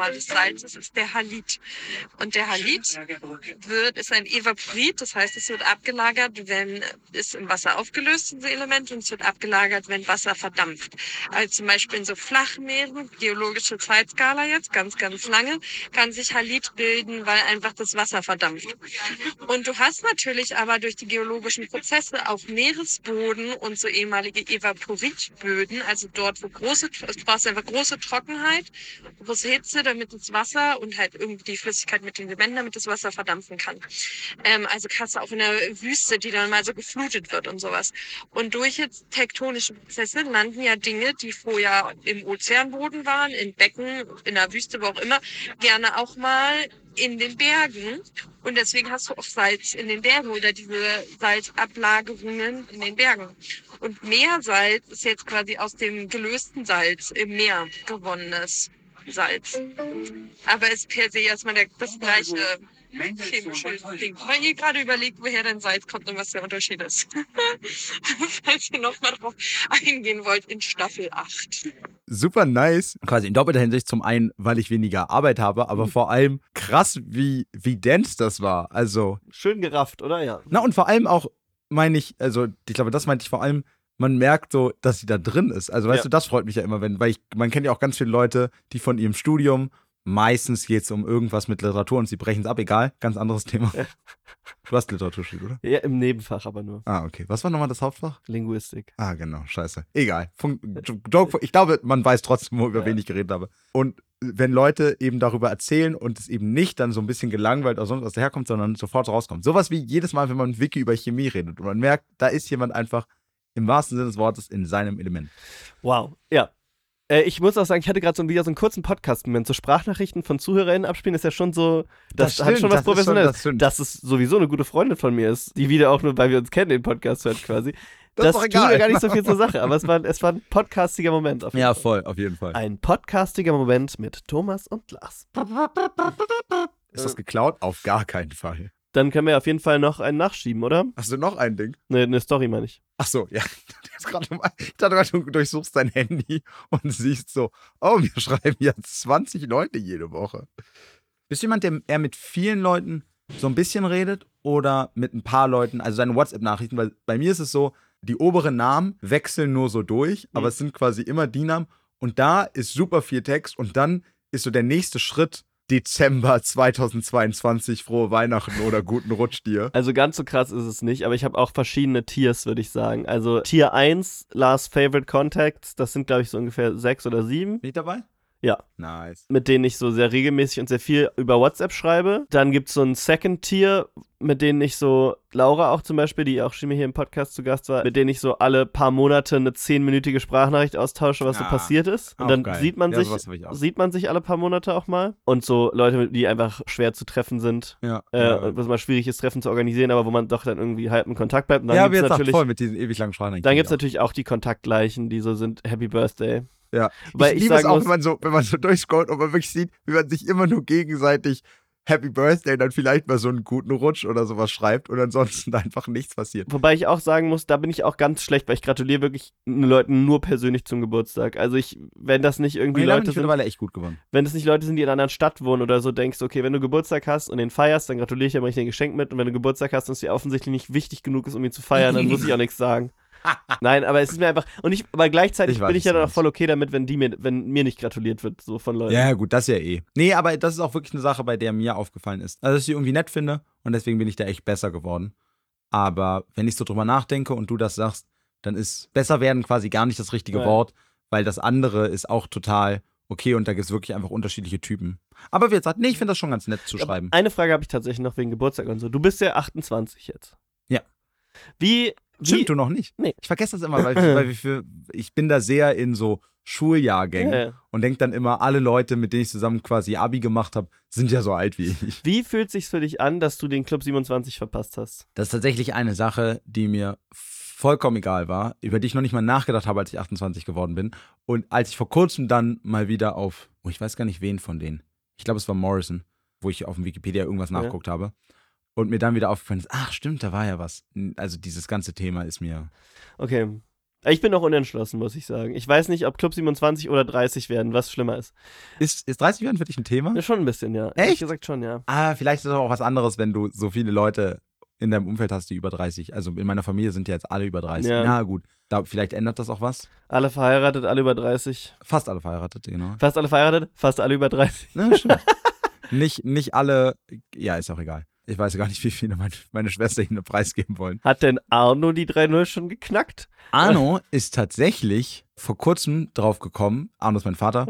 Salzes ist der Halit. Und der Halit ist ein Evaporit, das heißt, es wird abgelagert, wenn es im Wasser aufgelöst, diese Elemente, und es wird abgelagert, wenn Wasser verdampft. Also zum Beispiel in so Flachmeeren, geologische Zeitskala jetzt, ganz, ganz lange, kann sich Halit bilden, weil einfach das Wasser verdampft. Und du hast natürlich aber durch die geologischen Prozesse auch Meeresboden und so ehemalige Evaporitböden, also dort, wo es brauchst einfach große Trockenheit, große Hitze, damit das Wasser und halt irgendwie die Flüssigkeit mit den Elementen, damit das Wasser verdampfen kann. Also kannst du auch in der Wüste, die dann mal so geflutet wird und sowas. Und durch jetzt tektonische Prozesse landen ja Dinge, die vorher im Ozeanboden waren, in Becken, in der Wüste, wo auch immer, gerne auch mal in den Bergen. Und deswegen hast du auch Salz in den Bergen oder diese Salzablagerungen in den Bergen. Und Meersalz ist jetzt quasi aus dem gelösten Salz im Meer gewonnenes Salz. Aber ist per se erstmal das gleiche chemische Ding. Weil ihr gerade überlegt, woher dein Salz kommt und was der Unterschied ist. Falls ihr nochmal drauf eingehen wollt in Staffel 8. Super nice. Quasi in doppelter Hinsicht. Zum einen, weil ich weniger Arbeit habe, aber vor allem krass, wie dense das war. Also. Schön gerafft, oder? Ja. Na, und vor allem auch, meine ich, also ich glaube, das meinte ich vor allem, man merkt so, dass sie da drin ist. Also weißt du, das freut mich ja immer, weil man kennt ja auch ganz viele Leute, die von ihrem Studium, meistens geht es um irgendwas mit Literatur und sie brechen es ab, egal, ganz anderes Thema. Du hast Literatur studiert, oder? Ja, im Nebenfach aber nur. Ah, okay. Was war nochmal das Hauptfach? Linguistik. Ah, genau, scheiße. Egal. Joke, ich glaube, man weiß trotzdem, über wen ich geredet habe. Und wenn Leute eben darüber erzählen und es eben nicht dann so ein bisschen gelangweilt oder sonst was daherkommt, sondern sofort rauskommt. Sowas wie jedes Mal, wenn man mit Wiki über Chemie redet und man merkt, da ist jemand einfach im wahrsten Sinne des Wortes in seinem Element. Wow, ja. Ich muss auch sagen, ich hatte gerade wieder so einen kurzen Podcast-Moment. So Sprachnachrichten von ZuhörerInnen abspielen ist ja schon so, das hat schon was Professionelles. Dass es sowieso eine gute Freundin von mir ist, die wieder auch nur, weil wir uns kennen, den Podcast hört quasi. Das tut mir gar nicht so viel zur Sache, aber es war ein podcastiger Moment. Auf jeden Fall. Voll, auf jeden Fall. Ein podcastiger Moment mit Thomas und Lars. Ist das geklaut? Auf gar keinen Fall. Dann können wir auf jeden Fall noch einen nachschieben, oder? Hast du noch ein Ding? Eine Story, meine ich. Ach so, ja. Ich dachte gerade, du durchsuchst dein Handy und siehst so, oh, wir schreiben ja 20 Leute jede Woche. Bist du jemand, der eher mit vielen Leuten so ein bisschen redet oder mit ein paar Leuten, also seine WhatsApp-Nachrichten? Weil bei mir ist es so, die oberen Namen wechseln nur so durch, aber es sind quasi immer die Namen und da ist super viel Text und dann ist so der nächste Schritt Dezember 2022, frohe Weihnachten oder guten Rutsch dir. Also ganz so krass ist es nicht, aber ich habe auch verschiedene Tiers, würde ich sagen. Also Tier 1, Last Favorite Contacts, das sind, glaube ich, so ungefähr 6 oder 7. Bin ich dabei? Ja. Nice. Mit denen ich so sehr regelmäßig und sehr viel über WhatsApp schreibe. Dann gibt es so ein Second Tier, mit denen ich so, Laura auch zum Beispiel, die auch schon hier im Podcast zu Gast war, mit denen ich so alle paar Monate eine 10-minütige Sprachnachricht austausche, was so passiert ist. Und dann sieht man sich alle paar Monate auch mal. Und so Leute, die einfach schwer zu treffen sind. Was mal schwierig ist, Treffen zu organisieren, aber wo man doch dann irgendwie halb in Kontakt bleibt. Und dann gibt's natürlich voll mit diesen ewig langen Sprachnachrichten. Dann gibt es natürlich auch die Kontaktgleichen, die so sind, Happy Birthday. Ja, ich liebe es auch, wenn man so durchscrollt und man wirklich sieht, wie man sich immer nur gegenseitig Happy Birthday dann vielleicht mal so einen guten Rutsch oder sowas schreibt und ansonsten einfach nichts passiert. Wobei ich auch sagen muss, da bin ich auch ganz schlecht, weil ich gratuliere wirklich Leuten nur persönlich zum Geburtstag. Also wenn das nicht irgendwie Leute sind, echt gut gewonnen. Wenn das nicht Leute sind, die in einer anderen Stadt wohnen oder so, denkst du, okay, wenn du Geburtstag hast und den feierst, dann gratuliere ich dir, mache ich dir ein Geschenk mit und wenn du Geburtstag hast und es dir offensichtlich nicht wichtig genug ist, um ihn zu feiern, dann muss ich auch nichts sagen. Nein, aber es ist mir einfach. Aber gleichzeitig bin ich ja dann auch voll okay damit, wenn mir nicht gratuliert wird, so von Leuten. Ja, gut, das ja eh. Nee, aber das ist auch wirklich eine Sache, bei der mir aufgefallen ist. Also, dass ich sie irgendwie nett finde und deswegen bin ich da echt besser geworden. Aber wenn ich so drüber nachdenke und du das sagst, dann ist besser werden quasi gar nicht das richtige Wort, weil das andere ist auch total okay und da gibt es wirklich einfach unterschiedliche Typen. Aber wie jetzt sagt, nee, ich finde das schon ganz nett zu schreiben. Eine Frage habe ich tatsächlich noch wegen Geburtstag und so. Du bist ja 28 jetzt. Ja. Stimmt, du noch nicht? Nee. Ich vergesse das immer, weil ich bin da sehr in so Schuljahrgängen und denke dann immer, alle Leute, mit denen ich zusammen quasi Abi gemacht habe, sind ja so alt wie ich. Wie fühlt es sich für dich an, dass du den Club 27 verpasst hast? Das ist tatsächlich eine Sache, die mir vollkommen egal war, über die ich noch nicht mal nachgedacht habe, als ich 28 geworden bin. Und als ich vor kurzem dann mal wieder ich weiß gar nicht wen von denen, ich glaube es war Morrison, wo ich auf dem Wikipedia irgendwas nachgeguckt habe. Und mir dann wieder aufgefallen ist, ach stimmt, da war ja was. Also dieses ganze Thema ist mir... Okay. Ich bin noch unentschlossen, muss ich sagen. Ich weiß nicht, ob Club 27 oder 30 werden, was schlimmer ist. Ist 30 werden für dich ein Thema? Ja, schon ein bisschen, ja. Echt? Ehrlich gesagt schon, ja. Vielleicht ist es aber auch was anderes, wenn du so viele Leute in deinem Umfeld hast, die über 30. Also in meiner Familie sind ja jetzt alle über 30. Ja. Na gut, vielleicht ändert das auch was. Alle verheiratet, alle über 30. Fast alle verheiratet, genau. Fast alle verheiratet, fast alle über 30. Ja, stimmt. nicht alle, ja, ist auch egal. Ich weiß gar nicht, wie viele meine Schwester ihnen einen Preis geben wollen. Hat denn Arno die 3-0 schon geknackt? Arno ist tatsächlich vor kurzem drauf gekommen, Arno ist mein Vater,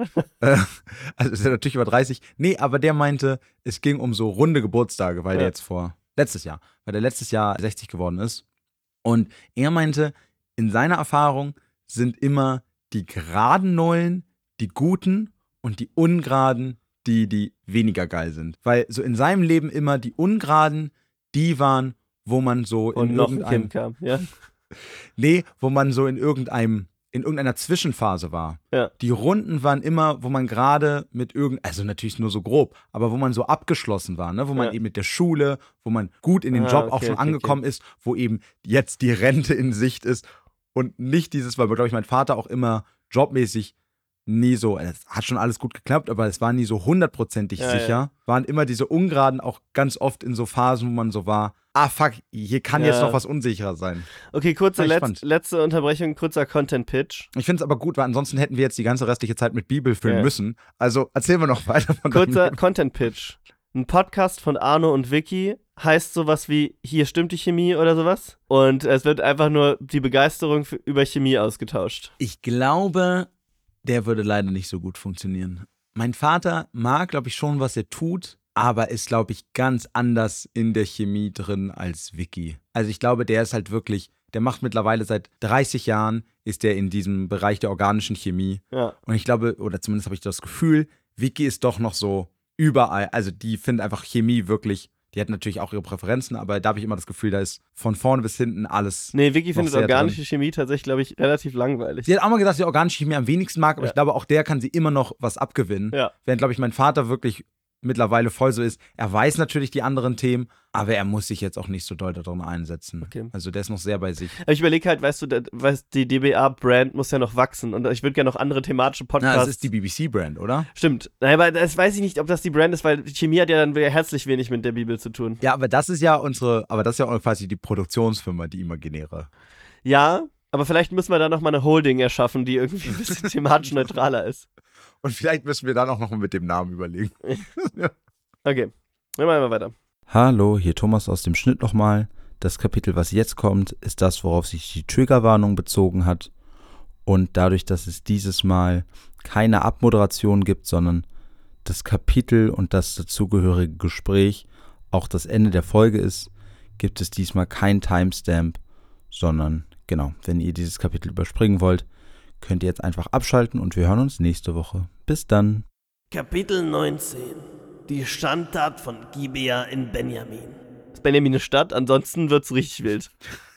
also ist er natürlich über 30, nee, aber der meinte, es ging um so runde Geburtstage, weil der jetzt letztes Jahr 60 geworden ist. Und er meinte, in seiner Erfahrung sind immer die geraden Nullen die guten und die ungeraden die weniger geil sind. Weil so in seinem Leben immer die ungeraden, die waren, wo man so Und in noch ein irgendeinem... Kind kam, ja. Nee, wo man so in irgendeiner Zwischenphase war. Ja. Die Runden waren immer, wo man gerade mit also natürlich nur so grob, aber wo man so abgeschlossen war, ne? Wo man eben mit der Schule, wo man gut in den Job auch schon angekommen ist, wo eben jetzt die Rente in Sicht ist und nicht dieses, weil, glaube ich, mein Vater auch immer jobmäßig nie so, es hat schon alles gut geklappt, aber es war nie so 100%ig sicher. Ja. Waren immer diese Ungeraden auch ganz oft in so Phasen, wo man so war, fuck, hier kann jetzt noch was unsicherer sein. Okay, letzte Unterbrechung, kurzer Content-Pitch. Ich finde es aber gut, weil ansonsten hätten wir jetzt die ganze restliche Zeit mit Bibel füllen müssen. Also erzählen wir noch weiter von Kurzer Content-Pitch. Ein Podcast von Arno und Vicky heißt sowas wie Hier stimmt die Chemie oder sowas. Und es wird einfach nur die Begeisterung über Chemie ausgetauscht. Ich glaube, der würde leider nicht so gut funktionieren. Mein Vater mag, glaube ich, schon, was er tut, aber ist, glaube ich, ganz anders in der Chemie drin als Vicky. Also ich glaube, der ist halt wirklich, der macht mittlerweile seit 30 Jahren, ist der in diesem Bereich der organischen Chemie. Ja. Und ich glaube, oder zumindest habe ich das Gefühl, Vicky ist doch noch so überall, also die findet einfach Chemie wirklich, die hat natürlich auch ihre Präferenzen, aber da habe ich immer das Gefühl, da ist von vorne bis hinten alles. Nee, Vicky findet organische Chemie tatsächlich, glaube ich, relativ langweilig. Sie hat auch mal gesagt, dass sie organische Chemie am wenigsten mag, aber ich glaube, auch der kann sie immer noch was abgewinnen. Ja. Während, glaube ich, mein Vater wirklich mittlerweile voll so ist. Er weiß natürlich die anderen Themen, aber er muss sich jetzt auch nicht so doll darin einsetzen. Okay. Also der ist noch sehr bei sich. Aber ich überlege halt, weißt du, die DBA-Brand muss ja noch wachsen und ich würde gerne noch andere thematische Podcasts. Das ist die BBC-Brand, oder? Stimmt. Naja, aber das weiß ich nicht, ob das die Brand ist, weil Chemie hat ja dann wieder herzlich wenig mit der Bibel zu tun. Ja, aber das ist ja quasi die Produktionsfirma, die Imaginäre. Ja, aber vielleicht müssen wir da noch mal eine Holding erschaffen, die irgendwie ein bisschen thematisch neutraler ist. Und vielleicht müssen wir dann auch noch mit dem Namen überlegen. Okay, dann machen wir weiter. Hallo, hier Thomas aus dem Schnitt nochmal. Das Kapitel, was jetzt kommt, ist das, worauf sich die Triggerwarnung bezogen hat. Und dadurch, dass es dieses Mal keine Abmoderation gibt, sondern das Kapitel und das dazugehörige Gespräch auch das Ende der Folge ist, gibt es diesmal kein Timestamp, sondern genau, wenn ihr dieses Kapitel überspringen wollt, könnt ihr jetzt einfach abschalten und wir hören uns nächste Woche. Bis dann. Kapitel 19. Die Schandtat von Gibea in Benjamin. Ist Benjamin eine Stadt? Ansonsten wird's richtig wild.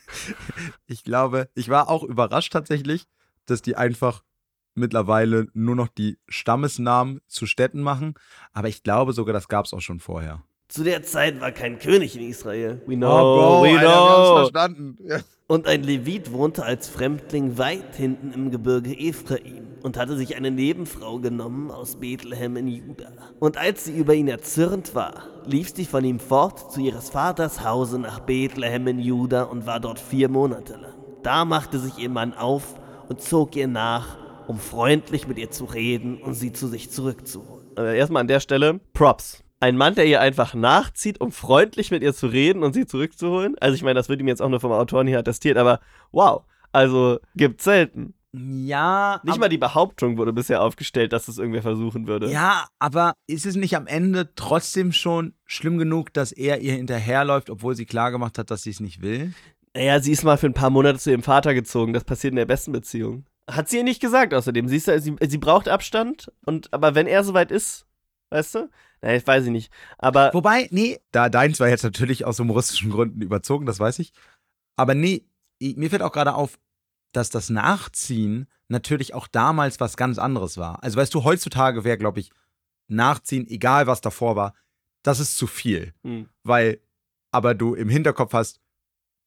Ich glaube, ich war auch überrascht tatsächlich, dass die einfach mittlerweile nur noch die Stammesnamen zu Städten machen. Aber ich glaube sogar, das gab es auch schon vorher. Zu der Zeit war kein König in Israel. We know, Bro, we know. Wir haben's verstanden. Ja. Und ein Levit wohnte als Fremdling weit hinten im Gebirge Ephraim und hatte sich eine Nebenfrau genommen aus Bethlehem in Juda. Und als sie über ihn erzürnt war, lief sie von ihm fort zu ihres Vaters Hause nach Bethlehem in Juda und war dort 4 Monate lang. Da machte sich ihr Mann auf und zog ihr nach, um freundlich mit ihr zu reden und sie zu sich zurückzuholen. Erstmal an der Stelle Props. Ein Mann, der ihr einfach nachzieht, um freundlich mit ihr zu reden und sie zurückzuholen. Also ich meine, das wird ihm jetzt auch nur vom Autoren hier attestiert, aber wow, also gibt's selten. Ja. Nicht mal die Behauptung wurde bisher aufgestellt, dass es irgendwer versuchen würde. Ja, aber ist es nicht am Ende trotzdem schon schlimm genug, dass er ihr hinterherläuft, obwohl sie klargemacht hat, dass sie es nicht will? Naja, sie ist mal für ein paar Monate zu ihrem Vater gezogen. Das passiert in der besten Beziehung. Hat sie ihr nicht gesagt außerdem. Sie braucht Abstand, aber wenn er soweit ist, weißt du? Naja, ich weiß nicht. Aber wobei, nee, deins war jetzt natürlich aus humoristischen Gründen überzogen, das weiß ich. Aber nee, mir fällt auch gerade auf, dass das Nachziehen natürlich auch damals was ganz anderes war. Also weißt du, heutzutage wäre, glaube ich, Nachziehen, egal was davor war, das ist zu viel. Aber du im Hinterkopf hast,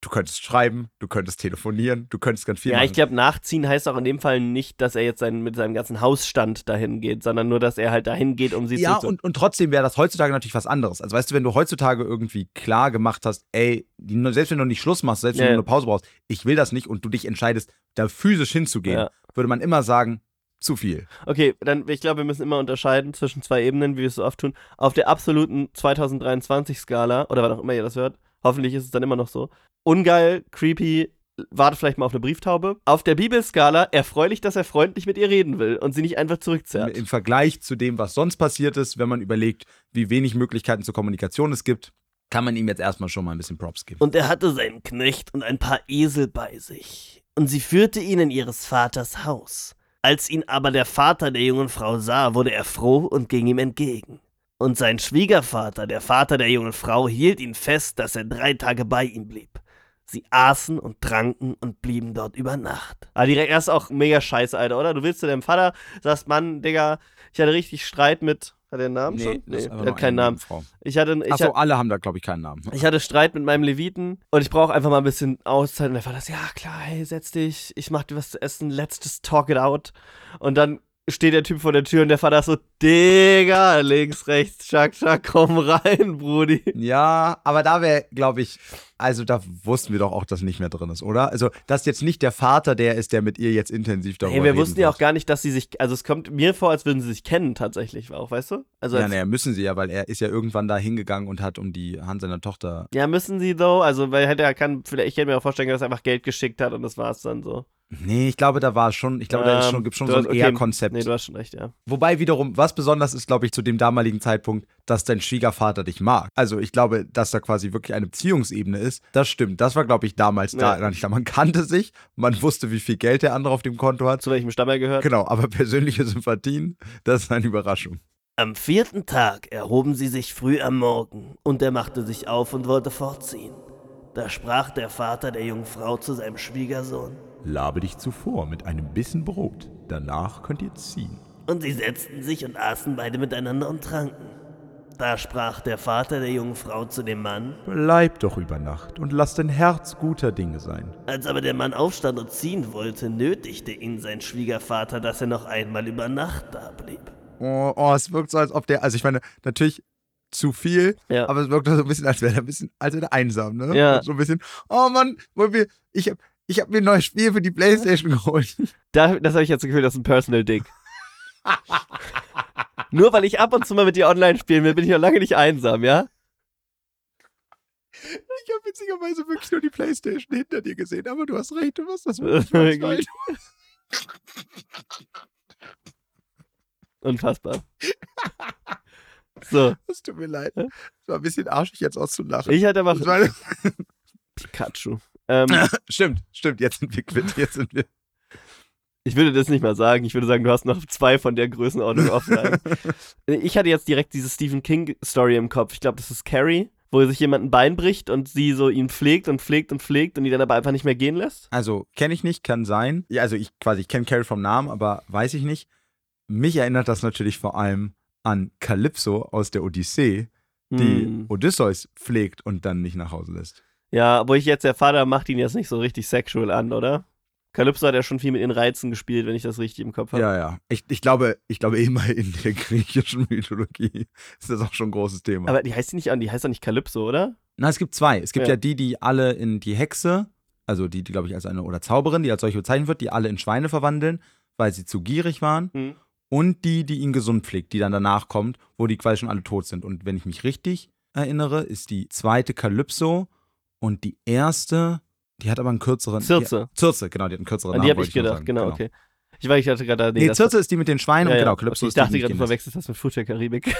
Du könntest schreiben, du könntest telefonieren, du könntest ganz viel machen. Ja, ich glaube, nachziehen heißt auch in dem Fall nicht, dass er jetzt mit seinem ganzen Hausstand dahin geht, sondern nur, dass er halt dahin geht, um sie Ja, zu... und trotzdem wäre das heutzutage natürlich was anderes. Also weißt du, wenn du heutzutage irgendwie klar gemacht hast, ey, selbst wenn du nicht Schluss machst, selbst wenn du eine Pause brauchst, ich will das nicht und du dich entscheidest, da physisch hinzugehen, würde man immer sagen, zu viel. Okay, dann, ich glaube, wir müssen immer unterscheiden zwischen zwei Ebenen, wie wir es so oft tun. Auf der absoluten 2023-Skala, oder wann auch immer ihr das hört, hoffentlich ist es dann immer noch so, ungeil, creepy, warte vielleicht mal auf eine Brieftaube. Auf der Bibelskala erfreulich, dass er freundlich mit ihr reden will und sie nicht einfach zurückzerrt. Im Vergleich zu dem, was sonst passiert ist, wenn man überlegt, wie wenig Möglichkeiten zur Kommunikation es gibt, kann man ihm jetzt erstmal schon mal ein bisschen Props geben. Und er hatte seinen Knecht und ein paar Esel bei sich. Und sie führte ihn in ihres Vaters Haus. Als ihn aber der Vater der jungen Frau sah, wurde er froh und ging ihm entgegen. Und sein Schwiegervater, der Vater der jungen Frau, hielt ihn fest, dass er 3 Tage bei ihm blieb. Sie aßen und tranken und blieben dort über Nacht. Aber direkt erst auch mega scheiße, Alter, oder? Du willst zu deinem Vater, sagst, Mann, Digga, ich hatte richtig Streit mit... Hat er einen Namen schon? Nee, er hat keinen Namen. Achso, alle haben da, glaube ich, keinen Namen. Ich hatte Streit mit meinem Leviten und ich brauche einfach mal ein bisschen Auszeit. Und der Vater sagt, ja klar, hey, setz dich, ich mach dir was zu essen, let's just talk it out. Und dann steht der Typ vor der Tür und der Vater so, Digga, links, rechts, schack, komm rein, Brudi. Ja, aber da wäre, glaube ich, also da wussten wir doch auch, dass nicht mehr drin ist, oder? Also, dass jetzt nicht der Vater der ist, der mit ihr jetzt intensiv darüber redet. Hey, wir reden wussten ja auch gar nicht, dass sie sich, also es kommt mir vor, als würden sie sich kennen tatsächlich auch, weißt du? Also ja, naja, müssen sie ja, weil er ist ja irgendwann da hingegangen und hat um die Hand seiner Tochter... Ja, müssen sie though, also weil ich hätte mir auch vorstellen können, dass er einfach Geld geschickt hat und das war's dann so. Nee, ich glaube, da war es schon, gibt schon so ein Eher-Konzept. Nee, du hast schon recht, ja. Wobei wiederum, was besonders ist, glaube ich, zu dem damaligen Zeitpunkt, dass dein Schwiegervater dich mag. Also ich glaube, dass da quasi wirklich eine Beziehungsebene ist. Das stimmt. Das war, glaube ich, damals da nicht da. Man kannte sich, man wusste, wie viel Geld der andere auf dem Konto hat. Zu welchem Stamm er gehört. Genau, aber persönliche Sympathien, das ist eine Überraschung. Am 4. Tag erhoben sie sich früh am Morgen, und er machte sich auf und wollte fortziehen. Da sprach der Vater der jungen Frau zu seinem Schwiegersohn: Labe dich zuvor mit einem Bissen Brot, danach könnt ihr ziehen. Und sie setzten sich und aßen beide miteinander und tranken. Da sprach der Vater der jungen Frau zu dem Mann: Bleib doch über Nacht und lass dein Herz guter Dinge sein. Als aber der Mann aufstand und ziehen wollte, nötigte ihn sein Schwiegervater, dass er noch einmal über Nacht da blieb. Oh, es wirkt so, als ob der, also ich meine, natürlich zu viel, aber es wirkt so ein bisschen, als wäre er einsam, ne? Ja. So ein bisschen, oh Mann, ich hab mir ein neues Spiel für die Playstation geholt. Das habe ich jetzt das Gefühl, das ist ein Personal Dick. Nur weil ich ab und zu mal mit dir online spielen will, bin ich noch lange nicht einsam, ja? Ich habe witzigerweise wirklich nur die Playstation hinter dir gesehen, aber du hast recht, du machst das wirklich falsch. Unfassbar. So. Es tut mir leid. Es war ein bisschen arschig, jetzt auszulachen. Ich hatte aber Pikachu. Stimmt, jetzt sind wir quitt, Ich würde das nicht mal sagen. Ich würde sagen, du hast noch 2 von der Größenordnung offline. Ich hatte jetzt direkt diese Stephen King-Story im Kopf. Ich glaube, das ist Carrie, wo sich jemand ein Bein bricht und sie so ihn pflegt und ihn dann aber einfach nicht mehr gehen lässt. Also, kenne ich nicht, kann sein. Ja, also ich kenne Carrie vom Namen, aber weiß ich nicht. Mich erinnert das natürlich vor allem an Kalypso aus der Odyssee, die Odysseus pflegt und dann nicht nach Hause lässt. Ja, aber der Vater macht ihn jetzt nicht so richtig sexual an, oder? Kalypso hat ja schon viel mit den Reizen gespielt, wenn ich das richtig im Kopf habe. Ja. Ich glaube immer in der griechischen Mythologie ist das auch schon ein großes Thema. Aber die heißt doch nicht Kalypso, oder? Na, es gibt 2. Es gibt ja die alle in die Hexe, also die glaube ich als eine, oder Zauberin, die als solche bezeichnet wird, die alle in Schweine verwandeln, weil sie zu gierig waren. Und die ihn gesund pflegt, die dann danach kommt, wo die quasi schon alle tot sind. Und wenn ich mich richtig erinnere, ist die 2. Kalypso und die 1., die hat aber einen kürzeren... Circe, genau, die hat einen kürzeren An Namen. die habe ich gedacht, genau, okay. Ich hatte gerade... Nee, Circe ist die mit den Schweinen und genau, Kalypso ist die, ich dachte gerade, du verwechselst das mit Fluch der Karibik.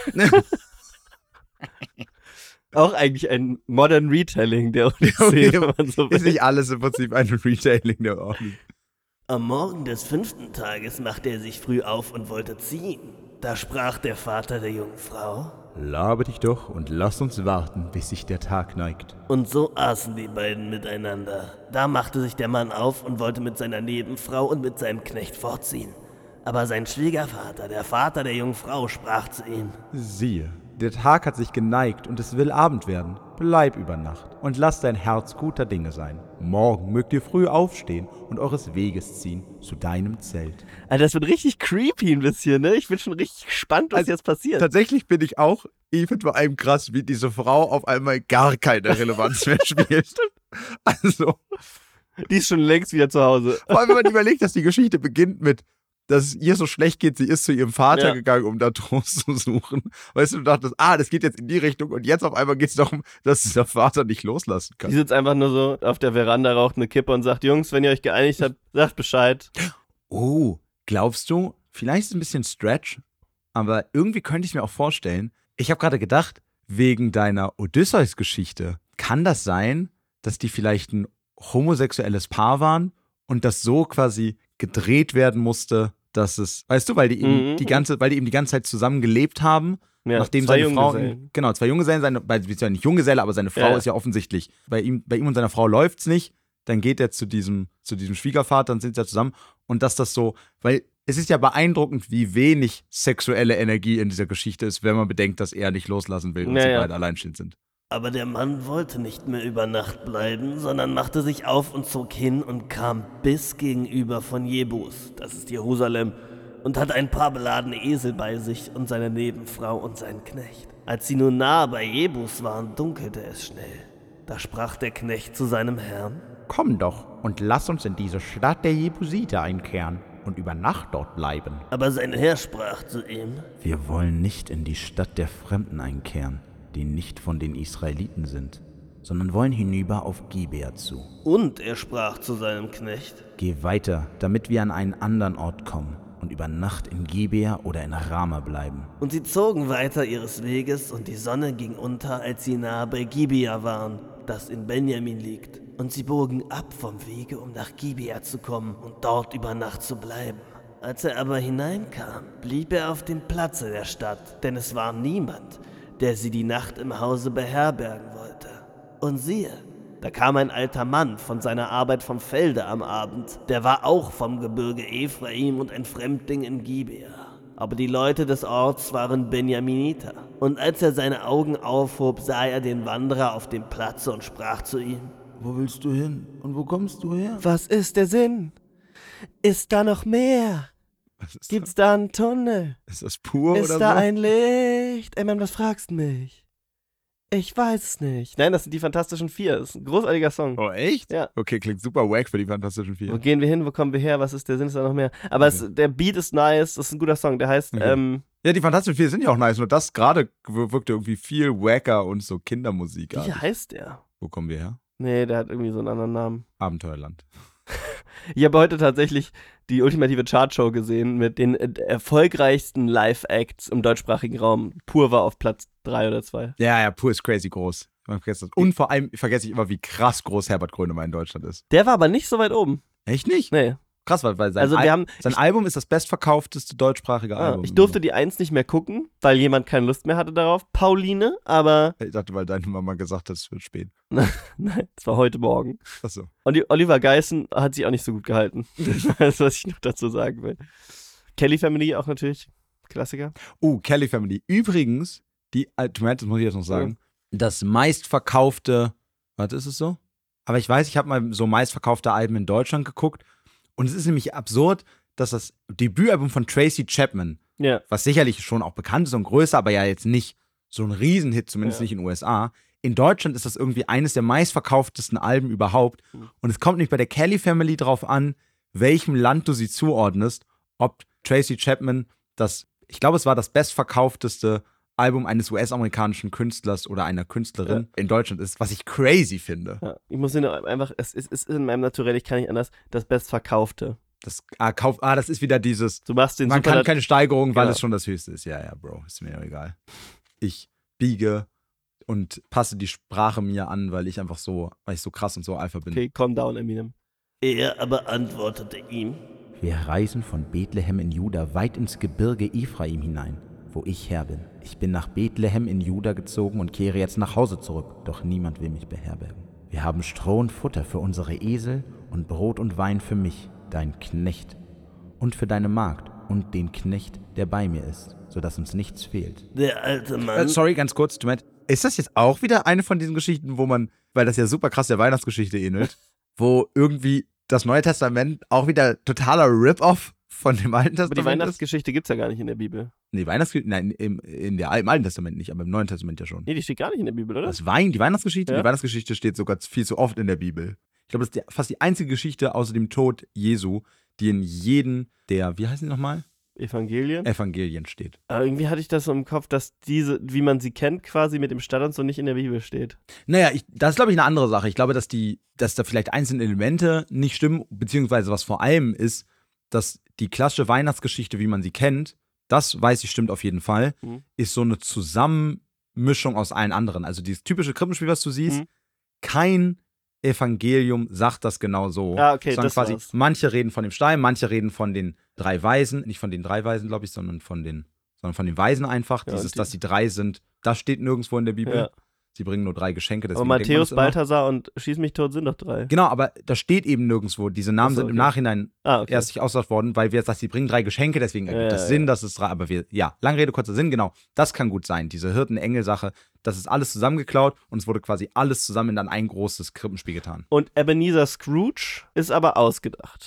Auch eigentlich ein Modern Retelling der Odyssee, wenn man so will. Ist nicht alles im Prinzip ein Retelling der Odyssee. Am Morgen des 5. Tages machte er sich früh auf und wollte ziehen. Da sprach der Vater der jungen Frau: Labe dich doch und lass uns warten, bis sich der Tag neigt. Und so aßen die beiden miteinander. Da machte sich der Mann auf und wollte mit seiner Nebenfrau und mit seinem Knecht fortziehen. Aber sein Schwiegervater, der Vater der jungen Frau, sprach zu ihm: Siehe, der Tag hat sich geneigt und es will Abend werden. bleib über Nacht und lass dein Herz guter Dinge sein. Morgen mögt ihr früh aufstehen und eures Weges ziehen zu deinem Zelt. Alter, das wird richtig creepy ein bisschen, ne? Ich bin schon richtig gespannt, was jetzt passiert. Tatsächlich bin ich auch, ich finde vor allem krass, wie diese Frau auf einmal gar keine Relevanz mehr spielt. Also, Die ist schon längst wieder zu Hause. vor allem, wenn man überlegt, dass die Geschichte beginnt mit, dass es ihr so schlecht geht, sie ist zu ihrem Vater gegangen, um da Trost zu suchen. Weißt du, du dachtest, das geht jetzt in die Richtung und jetzt auf einmal geht es darum, dass der Vater nicht loslassen kann. Die sitzt einfach nur so auf der Veranda, raucht eine Kippe und sagt, Jungs, wenn ihr euch geeinigt habt, sagt Bescheid. Oh, glaubst du, vielleicht ist es ein bisschen Stretch, aber irgendwie könnte ich mir auch vorstellen, ich habe gerade gedacht, wegen deiner Odysseus-Geschichte, kann das sein, dass die vielleicht ein homosexuelles Paar waren und das so quasi gedreht werden musste, dass es, weißt du, weil die eben die ganze Zeit zusammen gelebt haben, Ja, nachdem zwei seine Frau, Junggesellen. genau, 2 Junggesellen, beziehungsweise nicht Junggeselle, aber seine Frau Ja. ist ja offensichtlich, bei ihm und seiner Frau läuft's nicht, dann geht er zu diesem Schwiegervater und sind sie ja zusammen und dass das so, weil es ist ja beeindruckend, wie wenig sexuelle Energie in dieser Geschichte ist, wenn man bedenkt, dass er nicht loslassen will und sie beide alleinstehend sind. Aber der Mann wollte nicht mehr über Nacht bleiben, sondern machte sich auf und zog hin und kam bis gegenüber von Jebus, das ist Jerusalem, und hatte ein paar beladene Esel bei sich und seine Nebenfrau und seinen Knecht. Als sie nun nahe bei Jebus waren, dunkelte es schnell. Da sprach der Knecht zu seinem Herrn: Komm doch und lass uns in diese Stadt der Jebusiter einkehren und über Nacht dort bleiben. Aber sein Herr sprach zu ihm: Wir wollen nicht in die Stadt der Fremden einkehren, die nicht von den Israeliten sind, sondern wollen hinüber auf Gibea zu. Und er sprach zu seinem Knecht: Geh weiter, damit wir an einen anderen Ort kommen und über Nacht in Gibea oder in Rama bleiben. Und sie zogen weiter ihres Weges, und die Sonne ging unter, als sie nahe bei Gibea waren, das in Benjamin liegt. Und sie bogen ab vom Wege, um nach Gibea zu kommen und dort über Nacht zu bleiben. Als er aber hineinkam, blieb er auf dem Platze der Stadt, denn es war niemand, der sie die Nacht im Hause beherbergen wollte. Und siehe, da kam ein alter Mann von seiner Arbeit vom Felde am Abend, der war auch vom Gebirge Ephraim und ein Fremdling in Gibea. Aber die Leute des Orts waren Benjaminiter. Und als er seine Augen aufhob, sah er den Wanderer auf dem Platze und sprach zu ihm: Wo willst du hin und wo kommst du her? Was ist der Sinn? Ist da noch mehr? Was ist Gibt's da einen Tunnel? das? Ist das pur Ist oder da so? ein Licht? Ey Mann, was fragst du mich? Ich weiß es nicht. Nein, das sind die Fantastischen Vier. Das ist ein großartiger Song. Oh, echt? Ja. Okay, klingt super wack für die Fantastischen Wo Vier. gehen wir hin? Wo kommen wir her? Was ist der Sinn? Ist da noch mehr? Aber der Beat ist nice. Das ist ein guter Song. Der heißt, Okay. Ja, die Fantastischen Vier sind ja auch nice, nur das gerade wirkte irgendwie viel wacker und so Kindermusik. wie heißt der? Wo kommen wir her? Nee, der hat irgendwie so einen anderen Namen. Abenteuerland. Ich habe heute tatsächlich die ultimative Chartshow gesehen mit den erfolgreichsten Live-Acts im deutschsprachigen Raum. Pur war auf Platz 3 oder 2. Ja, pur ist crazy groß. Man vergisst das. Und vor allem vergesse ich immer, wie krass groß Herbert Grönemeyer in Deutschland ist. Der war aber nicht so weit oben. Echt nicht? Nee. Krass, weil sein, Also wir haben, sein Album ist das bestverkaufteste deutschsprachige Album. ich durfte die 1 nicht mehr gucken, weil jemand keine Lust mehr hatte darauf. Pauline, aber Ich dachte, weil deine Mama gesagt hat, es wird spät. nein, das war heute Morgen. Achso. Und die Oliver Geissen hat sich auch nicht so gut gehalten. Das ist, was ich noch dazu sagen will. Kelly Family auch natürlich. Klassiker. Kelly Family. Übrigens, das muss ich jetzt noch sagen, das meistverkaufte, warte, ist es so? Aber ich weiß, ich habe mal so meistverkaufte Alben in Deutschland geguckt. Und es ist nämlich absurd, dass das Debütalbum von Tracy Chapman, Ja. was sicherlich schon auch bekannt ist und größer, aber ja jetzt nicht so ein Riesenhit, zumindest nicht in den USA. In Deutschland ist das irgendwie eines der meistverkauftesten Alben überhaupt. Und es kommt nicht bei der Kelly Family drauf an, welchem Land du sie zuordnest, ob Tracy Chapman ich glaube, es war das bestverkaufteste Album eines US-amerikanischen Künstlers oder einer Künstlerin in Deutschland ist, was ich crazy finde. Ja. Ich muss ihn einfach, es ist in meinem Naturell, ich kann nicht anders, das Bestverkaufte. Das ist wieder dieses, Du machst den man kann Superlat- keine Steigerung, weil Genau. es schon das Höchste ist. Ja, Bro, ist mir egal. Ich biege und passe die Sprache mir an, weil ich so krass und so alpha bin. Okay, calm down, Eminem. Er aber antwortete ihm: Wir reisen von Bethlehem in Juda weit ins Gebirge Ephraim hinein, wo ich Herr bin. Ich bin nach Bethlehem in Juda gezogen und kehre jetzt nach Hause zurück, doch niemand will mich beherbergen. Wir haben Stroh und Futter für unsere Esel und Brot und Wein für mich, dein Knecht, und für deine Magd und den Knecht, der bei mir ist, sodass uns nichts fehlt. Der alte Mann. Sorry, ganz kurz, Ist das jetzt auch wieder eine von diesen Geschichten, wo man, weil das ja super krass der Weihnachtsgeschichte ähnelt, wo irgendwie das Neue Testament auch wieder totaler Rip-Off von dem Alten Testament Aber die ist? Weihnachtsgeschichte gibt's ja gar nicht in der Bibel. Nee, Weihnachtsgeschichte, nein, im Alten Testament nicht, aber im Neuen Testament ja schon. Nee, die steht gar nicht in der Bibel, oder? Die Weihnachtsgeschichte? Ja. Die Weihnachtsgeschichte steht sogar viel zu oft in der Bibel. Ich glaube, das ist fast die einzige Geschichte außer dem Tod Jesu, die in jedem der, wie heißen die nochmal? Evangelien steht. Aber irgendwie hatte ich das so im Kopf, dass diese, wie man sie kennt, quasi mit dem Start und so nicht in der Bibel steht. Naja, das ist, glaube ich, eine andere Sache. Ich glaube, dass da vielleicht einzelne Elemente nicht stimmen, beziehungsweise was vor allem ist, dass die klassische Weihnachtsgeschichte, wie man sie kennt, das weiß ich, stimmt auf jeden Fall, ist so eine Zusammenmischung aus allen anderen. Also dieses typische Krippenspiel, was du siehst, kein Evangelium sagt das genau so. Ah, okay, sondern das quasi, war's. manche reden von dem Stein, manche reden von den 3 Weisen, nicht von den 3 Weisen, glaube ich, sondern von den Weisen einfach. Ja, dass die 3 sind, das steht nirgendwo in der Bibel. Ja. Sie bringen nur 3 Geschenke. Aber Deswegen denkt man Matthäus, das immer. Balthasar und Schieß mich tot sind doch 3. Genau, aber da steht eben nirgendwo. Diese Namen Ach so, sind im okay. Nachhinein Okay. erst sich ausgedacht worden, weil wir jetzt sagen, sie bringen 3 Geschenke, deswegen ergibt das Ja. Sinn, dass es 3, aber lange Rede, kurzer Sinn, genau. Das kann gut sein, diese Hirten-Engel-Sache, das ist alles zusammengeklaut und es wurde quasi alles zusammen in dann ein großes Krippenspiel getan. Und Ebenezer Scrooge ist aber ausgedacht.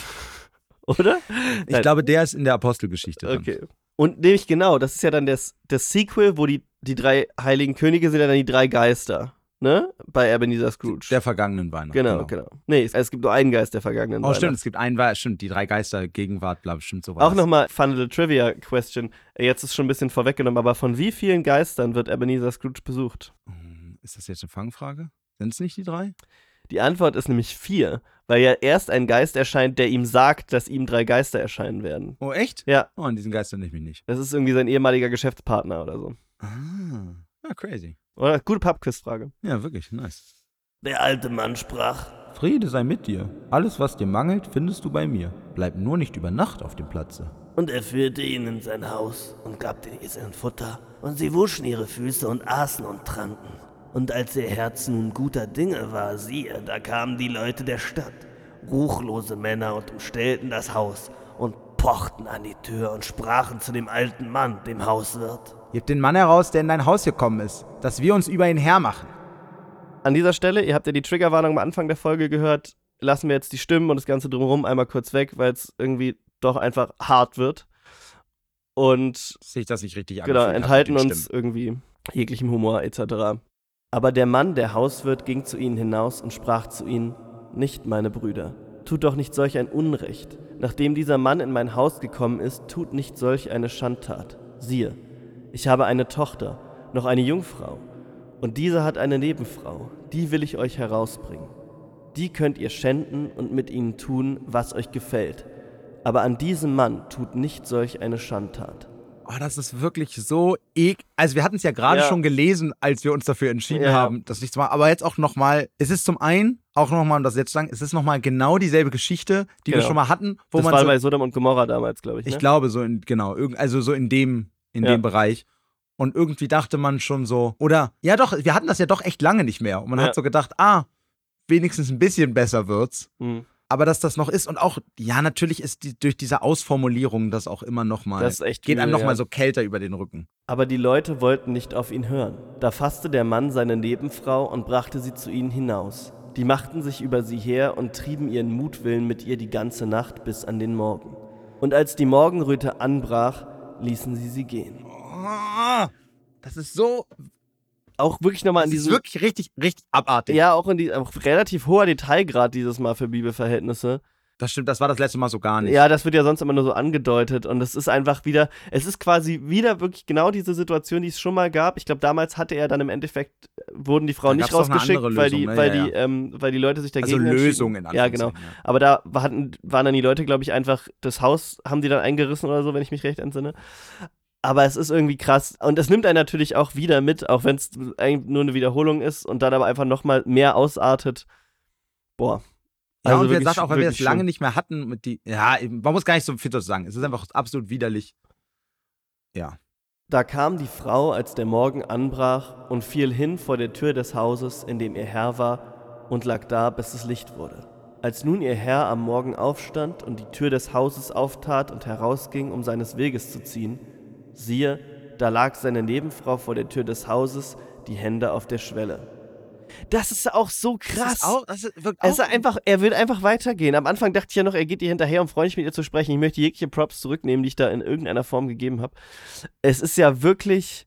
Oder? Ich glaube, der ist in der Apostelgeschichte drin. Okay. Und nämlich genau, das ist ja dann das Sequel, wo die 3 heiligen Könige sind ja dann die 3 Geister, ne? Bei Ebenezer Scrooge. Der vergangenen Weihnacht. Genau. Nee, es gibt nur einen Geist der vergangenen Oh, stimmt, Weihnacht. es gibt stimmt, die 3 Geister, Gegenwart, bla, stimmt, so war Auch das. nochmal Fun Little Trivia Question. Jetzt ist schon ein bisschen vorweggenommen, aber von wie vielen Geistern wird Ebenezer Scrooge besucht? Ist das jetzt eine Fangfrage? Sind es nicht die 3? Die Antwort ist nämlich 4, weil ja erst ein Geist erscheint, der ihm sagt, dass ihm 3 Geister erscheinen werden. Oh, echt? Ja, Oh, an diesen Geistern nehme ich mich nicht. das ist irgendwie sein ehemaliger Geschäftspartner oder so. Crazy. Oder? Gute Pub-Quiz-Frage. Ja, wirklich, nice. Der alte Mann sprach: Friede sei mit dir. Alles, was dir mangelt, findest du bei mir. Bleib nur nicht über Nacht auf dem Platze. Und er führte ihn in sein Haus und gab den Eseln Futter. Und sie wuschen ihre Füße und aßen und tranken. Und als ihr Herz nun guter Dinge war, siehe, da kamen die Leute der Stadt, ruchlose Männer, und umstellten das Haus und pochten an die Tür und sprachen zu dem alten Mann, dem Hauswirt: Gib den Mann heraus, der in dein Haus gekommen ist, dass wir uns über ihn hermachen. An dieser Stelle, ihr habt ja die Triggerwarnung am Anfang der Folge gehört, lassen wir jetzt die Stimmen und das Ganze drumherum einmal kurz weg, weil es irgendwie doch einfach hart wird. Und Sich das nicht richtig genau, angefühlt hat enthalten mit den uns irgendwie jeglichem Humor etc. Aber der Mann, der Hauswirt, ging zu ihnen hinaus und sprach zu ihnen: Nicht, meine Brüder, tut doch nicht solch ein Unrecht. Nachdem dieser Mann in mein Haus gekommen ist, tut nicht solch eine Schandtat. Siehe, ich habe eine Tochter, noch eine Jungfrau, und diese hat eine Nebenfrau, die will ich euch herausbringen. Die könnt ihr schänden und mit ihnen tun, was euch gefällt. Aber an diesem Mann tut nicht solch eine Schandtat. Oh, das ist wirklich so Also wir hatten es ja gerade Ja. schon gelesen, als wir uns dafür entschieden Ja. haben, das nicht zu machen. Aber jetzt auch nochmal, es ist zum einen, auch nochmal, um das jetzt zu sagen, es ist nochmal genau dieselbe Geschichte, die wir Genau. schon mal hatten, wo Das man war so, bei Sodom und Gomorra damals, glaube ich. ich Ne? glaube so in dem Ja. Bereich. Und irgendwie dachte man schon so, oder, ja doch, wir hatten das ja doch echt lange nicht mehr. Und man Ja. hat so gedacht, wenigstens ein bisschen besser wird's. Mhm. Aber dass das noch ist und auch, ja, natürlich ist durch diese Ausformulierung das auch immer nochmal, Das ist echt geht einem übel, nochmal ja. so kälter über den Rücken. Aber die Leute wollten nicht auf ihn hören. Da fasste der Mann seine Nebenfrau und brachte sie zu ihnen hinaus. Die machten sich über sie her und trieben ihren Mutwillen mit ihr die ganze Nacht bis an den Morgen. Und als die Morgenröte anbrach, ließen sie gehen. Das ist so, Auch wirklich nochmal das an ist diesem... wirklich richtig, richtig abartig. Ja, auch relativ hoher Detailgrad dieses Mal für Bibelverhältnisse. Das stimmt, das war das letzte Mal so gar nicht. Ja, das wird ja sonst immer nur so angedeutet und es ist einfach wieder, es ist quasi wieder wirklich genau diese Situation, die es schon mal gab. Ich glaube, damals hatte er dann im Endeffekt, wurden die Frauen Da nicht gab's doch eine rausgeschickt, andere weil die, Lösung, ne? weil die Leute sich dagegen Also entschieden. Lösung in Ja, genau. Anführungszeichen, ja. Aber da waren dann die Leute, glaube ich, einfach das Haus haben die dann eingerissen oder so, wenn ich mich recht entsinne. Aber es ist irgendwie krass. Und es nimmt einen natürlich auch wieder mit, auch wenn es eigentlich nur eine Wiederholung ist und dann aber einfach nochmal mehr ausartet. Boah. Ja, und wie wirklich- gesagt, auch wenn wir es wirklich lange schlimm. nicht mehr hatten, man muss gar nicht so viel dazu sagen. Es ist einfach absolut widerlich. Ja. Da kam die Frau, als der Morgen anbrach, und fiel hin vor der Tür des Hauses, in dem ihr Herr war, und lag da, bis es Licht wurde. Als nun ihr Herr am Morgen aufstand und die Tür des Hauses auftat und herausging, um seines Weges zu ziehen, siehe, da lag seine Nebenfrau vor der Tür des Hauses, die Hände auf der Schwelle. Das ist auch so krass. Er will einfach weitergehen. Am Anfang dachte ich ja noch, er geht ihr hinterher, um freundlich mit ihr zu sprechen. Ich möchte jegliche Props zurücknehmen, die ich da in irgendeiner Form gegeben habe. Es ist ja wirklich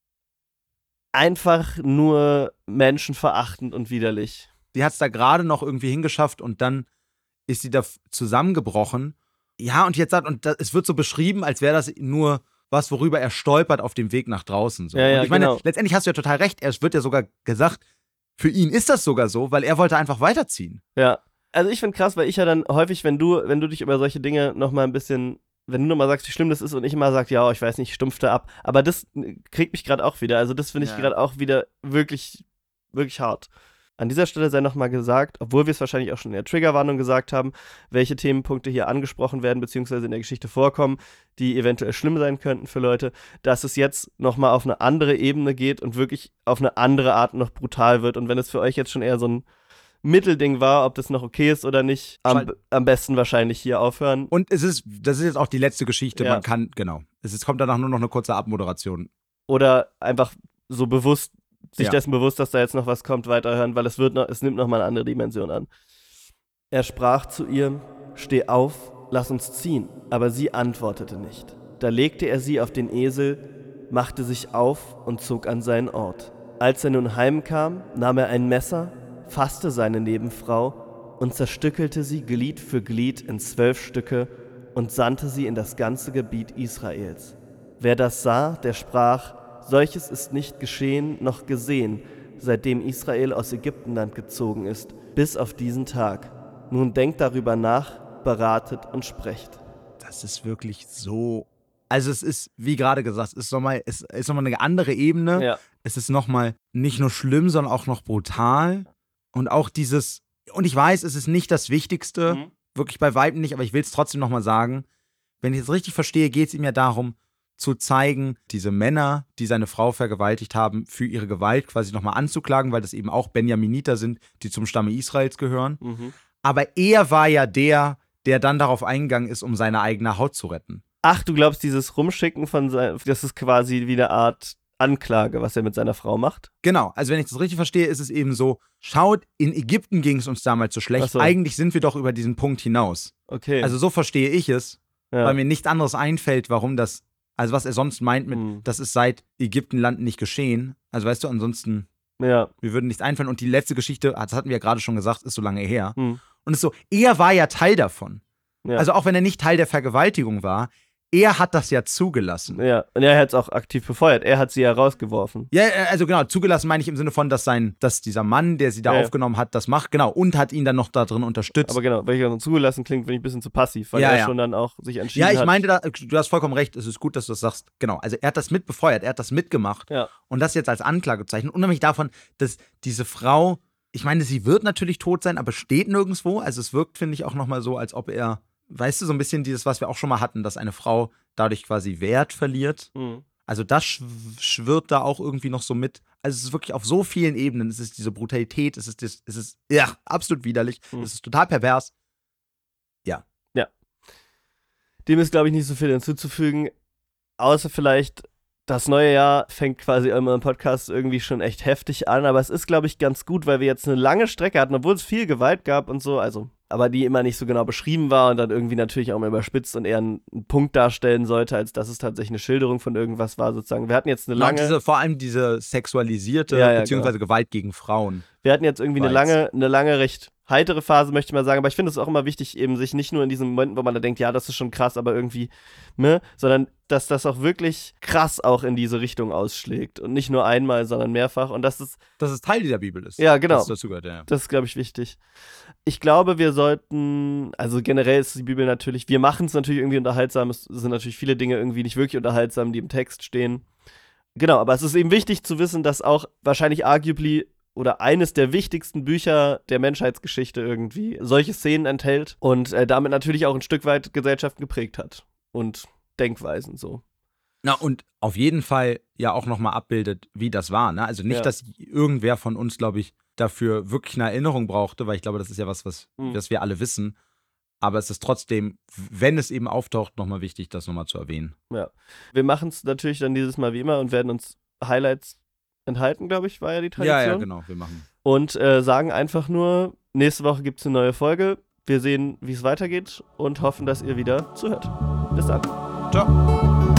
einfach nur menschenverachtend und widerlich. Die hat es da gerade noch irgendwie hingeschafft und dann ist sie da zusammengebrochen. Ja, und jetzt es wird so beschrieben, als wäre das nur was, worüber er stolpert auf dem Weg nach draußen. So. Ja, und ich meine, genau. letztendlich hast du ja total recht. Es wird ja sogar gesagt, für ihn ist das sogar so, weil er wollte einfach weiterziehen. Ja, also ich finde krass, weil ich ja dann häufig, wenn du dich über solche Dinge nochmal ein bisschen, wenn du nochmal sagst, wie schlimm das ist und ich immer sag, ja, ich weiß nicht, ich stumpfte ab. Aber das kriegt mich gerade auch wieder. Also das finde ich gerade auch wieder wirklich, wirklich hart. An dieser Stelle sei nochmal gesagt, obwohl wir es wahrscheinlich auch schon in der Triggerwarnung gesagt haben, welche Themenpunkte hier angesprochen werden, beziehungsweise in der Geschichte vorkommen, die eventuell schlimm sein könnten für Leute, dass es jetzt nochmal auf eine andere Ebene geht und wirklich auf eine andere Art noch brutal wird. Und wenn es für euch jetzt schon eher so ein Mittelding war, ob das noch okay ist oder nicht, am besten wahrscheinlich hier aufhören. Und das ist jetzt auch die letzte Geschichte. Ja. Man kann, genau. Kommt danach nur noch eine kurze Abmoderation. Oder einfach so bewusst sich dessen bewusst, dass da jetzt noch was kommt, weiterhören, weil es nimmt noch mal eine andere Dimension an. Er sprach zu ihr, steh auf, lass uns ziehen. Aber sie antwortete nicht. Da legte er sie auf den Esel, machte sich auf und zog an seinen Ort. Als er nun heimkam, nahm er ein Messer, fasste seine Nebenfrau und zerstückelte sie Glied für Glied in 12 Stücke und sandte sie in das ganze Gebiet Israels. Wer das sah, der sprach, solches ist nicht geschehen noch gesehen, seitdem Israel aus Ägyptenland gezogen ist, bis auf diesen Tag. Nun denkt darüber nach, beratet und sprecht. Das ist wirklich so. Also es ist, wie gerade gesagt, es ist nochmal eine andere Ebene. Ja. Es ist nochmal nicht nur schlimm, sondern auch noch brutal. Und auch dieses, und ich weiß, es ist nicht das Wichtigste, wirklich bei Weitem nicht, aber ich will es trotzdem nochmal sagen. Wenn ich es richtig verstehe, geht es ihm ja darum, zu zeigen, diese Männer, die seine Frau vergewaltigt haben, für ihre Gewalt quasi nochmal anzuklagen, weil das eben auch Benjaminiter sind, die zum Stamme Israels gehören. Aber er war ja der dann darauf eingegangen ist, um seine eigene Haut zu retten. Ach, du glaubst, dieses Rumschicken das ist quasi wie eine Art Anklage, was er mit seiner Frau macht? Genau, also wenn ich das richtig verstehe, ist es eben so, schaut, in Ägypten ging es uns damals so schlecht, so. Eigentlich sind wir doch über diesen Punkt hinaus. Okay. Also so verstehe ich es, weil mir nichts anderes einfällt, warum das, also was er sonst meint mit, das ist seit Ägyptenland nicht geschehen. Also weißt du, ansonsten, mir würde nichts einfallen. Und die letzte Geschichte, das hatten wir ja gerade schon gesagt, ist so lange her. Und es ist so, er war ja Teil davon. Ja. Also auch wenn er nicht Teil der Vergewaltigung war, er hat das ja zugelassen. Ja, und er hat es auch aktiv befeuert. Er hat sie ja rausgeworfen. Ja, also genau, zugelassen meine ich im Sinne von, dass dieser Mann, der sie da aufgenommen hat, das macht, genau, und hat ihn dann noch da drin unterstützt. Aber genau, weil ich dann zugelassen klingt, finde ich ein bisschen zu passiv, weil er schon dann auch sich entschieden hat. Ja, ich meinte, du hast vollkommen recht, es ist gut, dass du das sagst. Genau, also er hat das mitbefeuert, er hat das mitgemacht und das jetzt als Anklage bezeichnet. Unabhängig davon, dass diese Frau, ich meine, sie wird natürlich tot sein, aber steht nirgendwo. Also es wirkt, finde ich, auch nochmal so, als ob er, weißt du, so ein bisschen dieses, was wir auch schon mal hatten, dass eine Frau dadurch quasi Wert verliert. Also das schwirrt da auch irgendwie noch so mit. Also es ist wirklich auf so vielen Ebenen. Es ist diese Brutalität, es ist absolut widerlich. Es ist total pervers. Ja. Dem ist, glaube ich, nicht so viel hinzuzufügen, außer vielleicht, das neue Jahr fängt quasi immer im Podcast irgendwie schon echt heftig an, aber es ist, glaube ich, ganz gut, weil wir jetzt eine lange Strecke hatten, obwohl es viel Gewalt gab und so, also, aber die immer nicht so genau beschrieben war und dann irgendwie natürlich auch mal überspitzt und eher einen Punkt darstellen sollte, als dass es tatsächlich eine Schilderung von irgendwas war, sozusagen. Wir hatten jetzt eine lange... vor allem diese sexualisierte, beziehungsweise Gewalt gegen Frauen. Wir hatten jetzt irgendwie eine lange, recht heitere Phase, möchte ich mal sagen, aber ich finde es auch immer wichtig, eben sich nicht nur in diesen Momenten, wo man da denkt, ja, das ist schon krass, aber irgendwie, ne, sondern dass das auch wirklich krass auch in diese Richtung ausschlägt und nicht nur einmal, sondern mehrfach und dass es Teil dieser Bibel ist. Ja, genau. Das dazu gehört, ja. Das ist, glaube ich, wichtig. Ich glaube, wir sollten, also generell ist die Bibel natürlich, wir machen es natürlich irgendwie unterhaltsam, es sind natürlich viele Dinge irgendwie nicht wirklich unterhaltsam, die im Text stehen. Genau, aber es ist eben wichtig zu wissen, dass auch wahrscheinlich arguably oder eines der wichtigsten Bücher der Menschheitsgeschichte irgendwie solche Szenen enthält und damit natürlich auch ein Stück weit Gesellschaften geprägt hat und Denkweisen so. Na, und auf jeden Fall ja auch nochmal abbildet, wie das war, ne? Also nicht, dass irgendwer von uns, glaube ich, dafür wirklich eine Erinnerung brauchte, weil ich glaube, das ist ja was wir alle wissen. Aber es ist trotzdem, wenn es eben auftaucht, nochmal wichtig, das nochmal zu erwähnen. Ja. Wir machen es natürlich dann dieses Mal wie immer und werden uns Highlights enthalten, glaube ich, war ja die Tradition. Ja, genau, wir machen. Und sagen einfach nur, nächste Woche gibt es eine neue Folge. Wir sehen, wie es weitergeht und hoffen, dass ihr wieder zuhört. Bis dann. Ciao.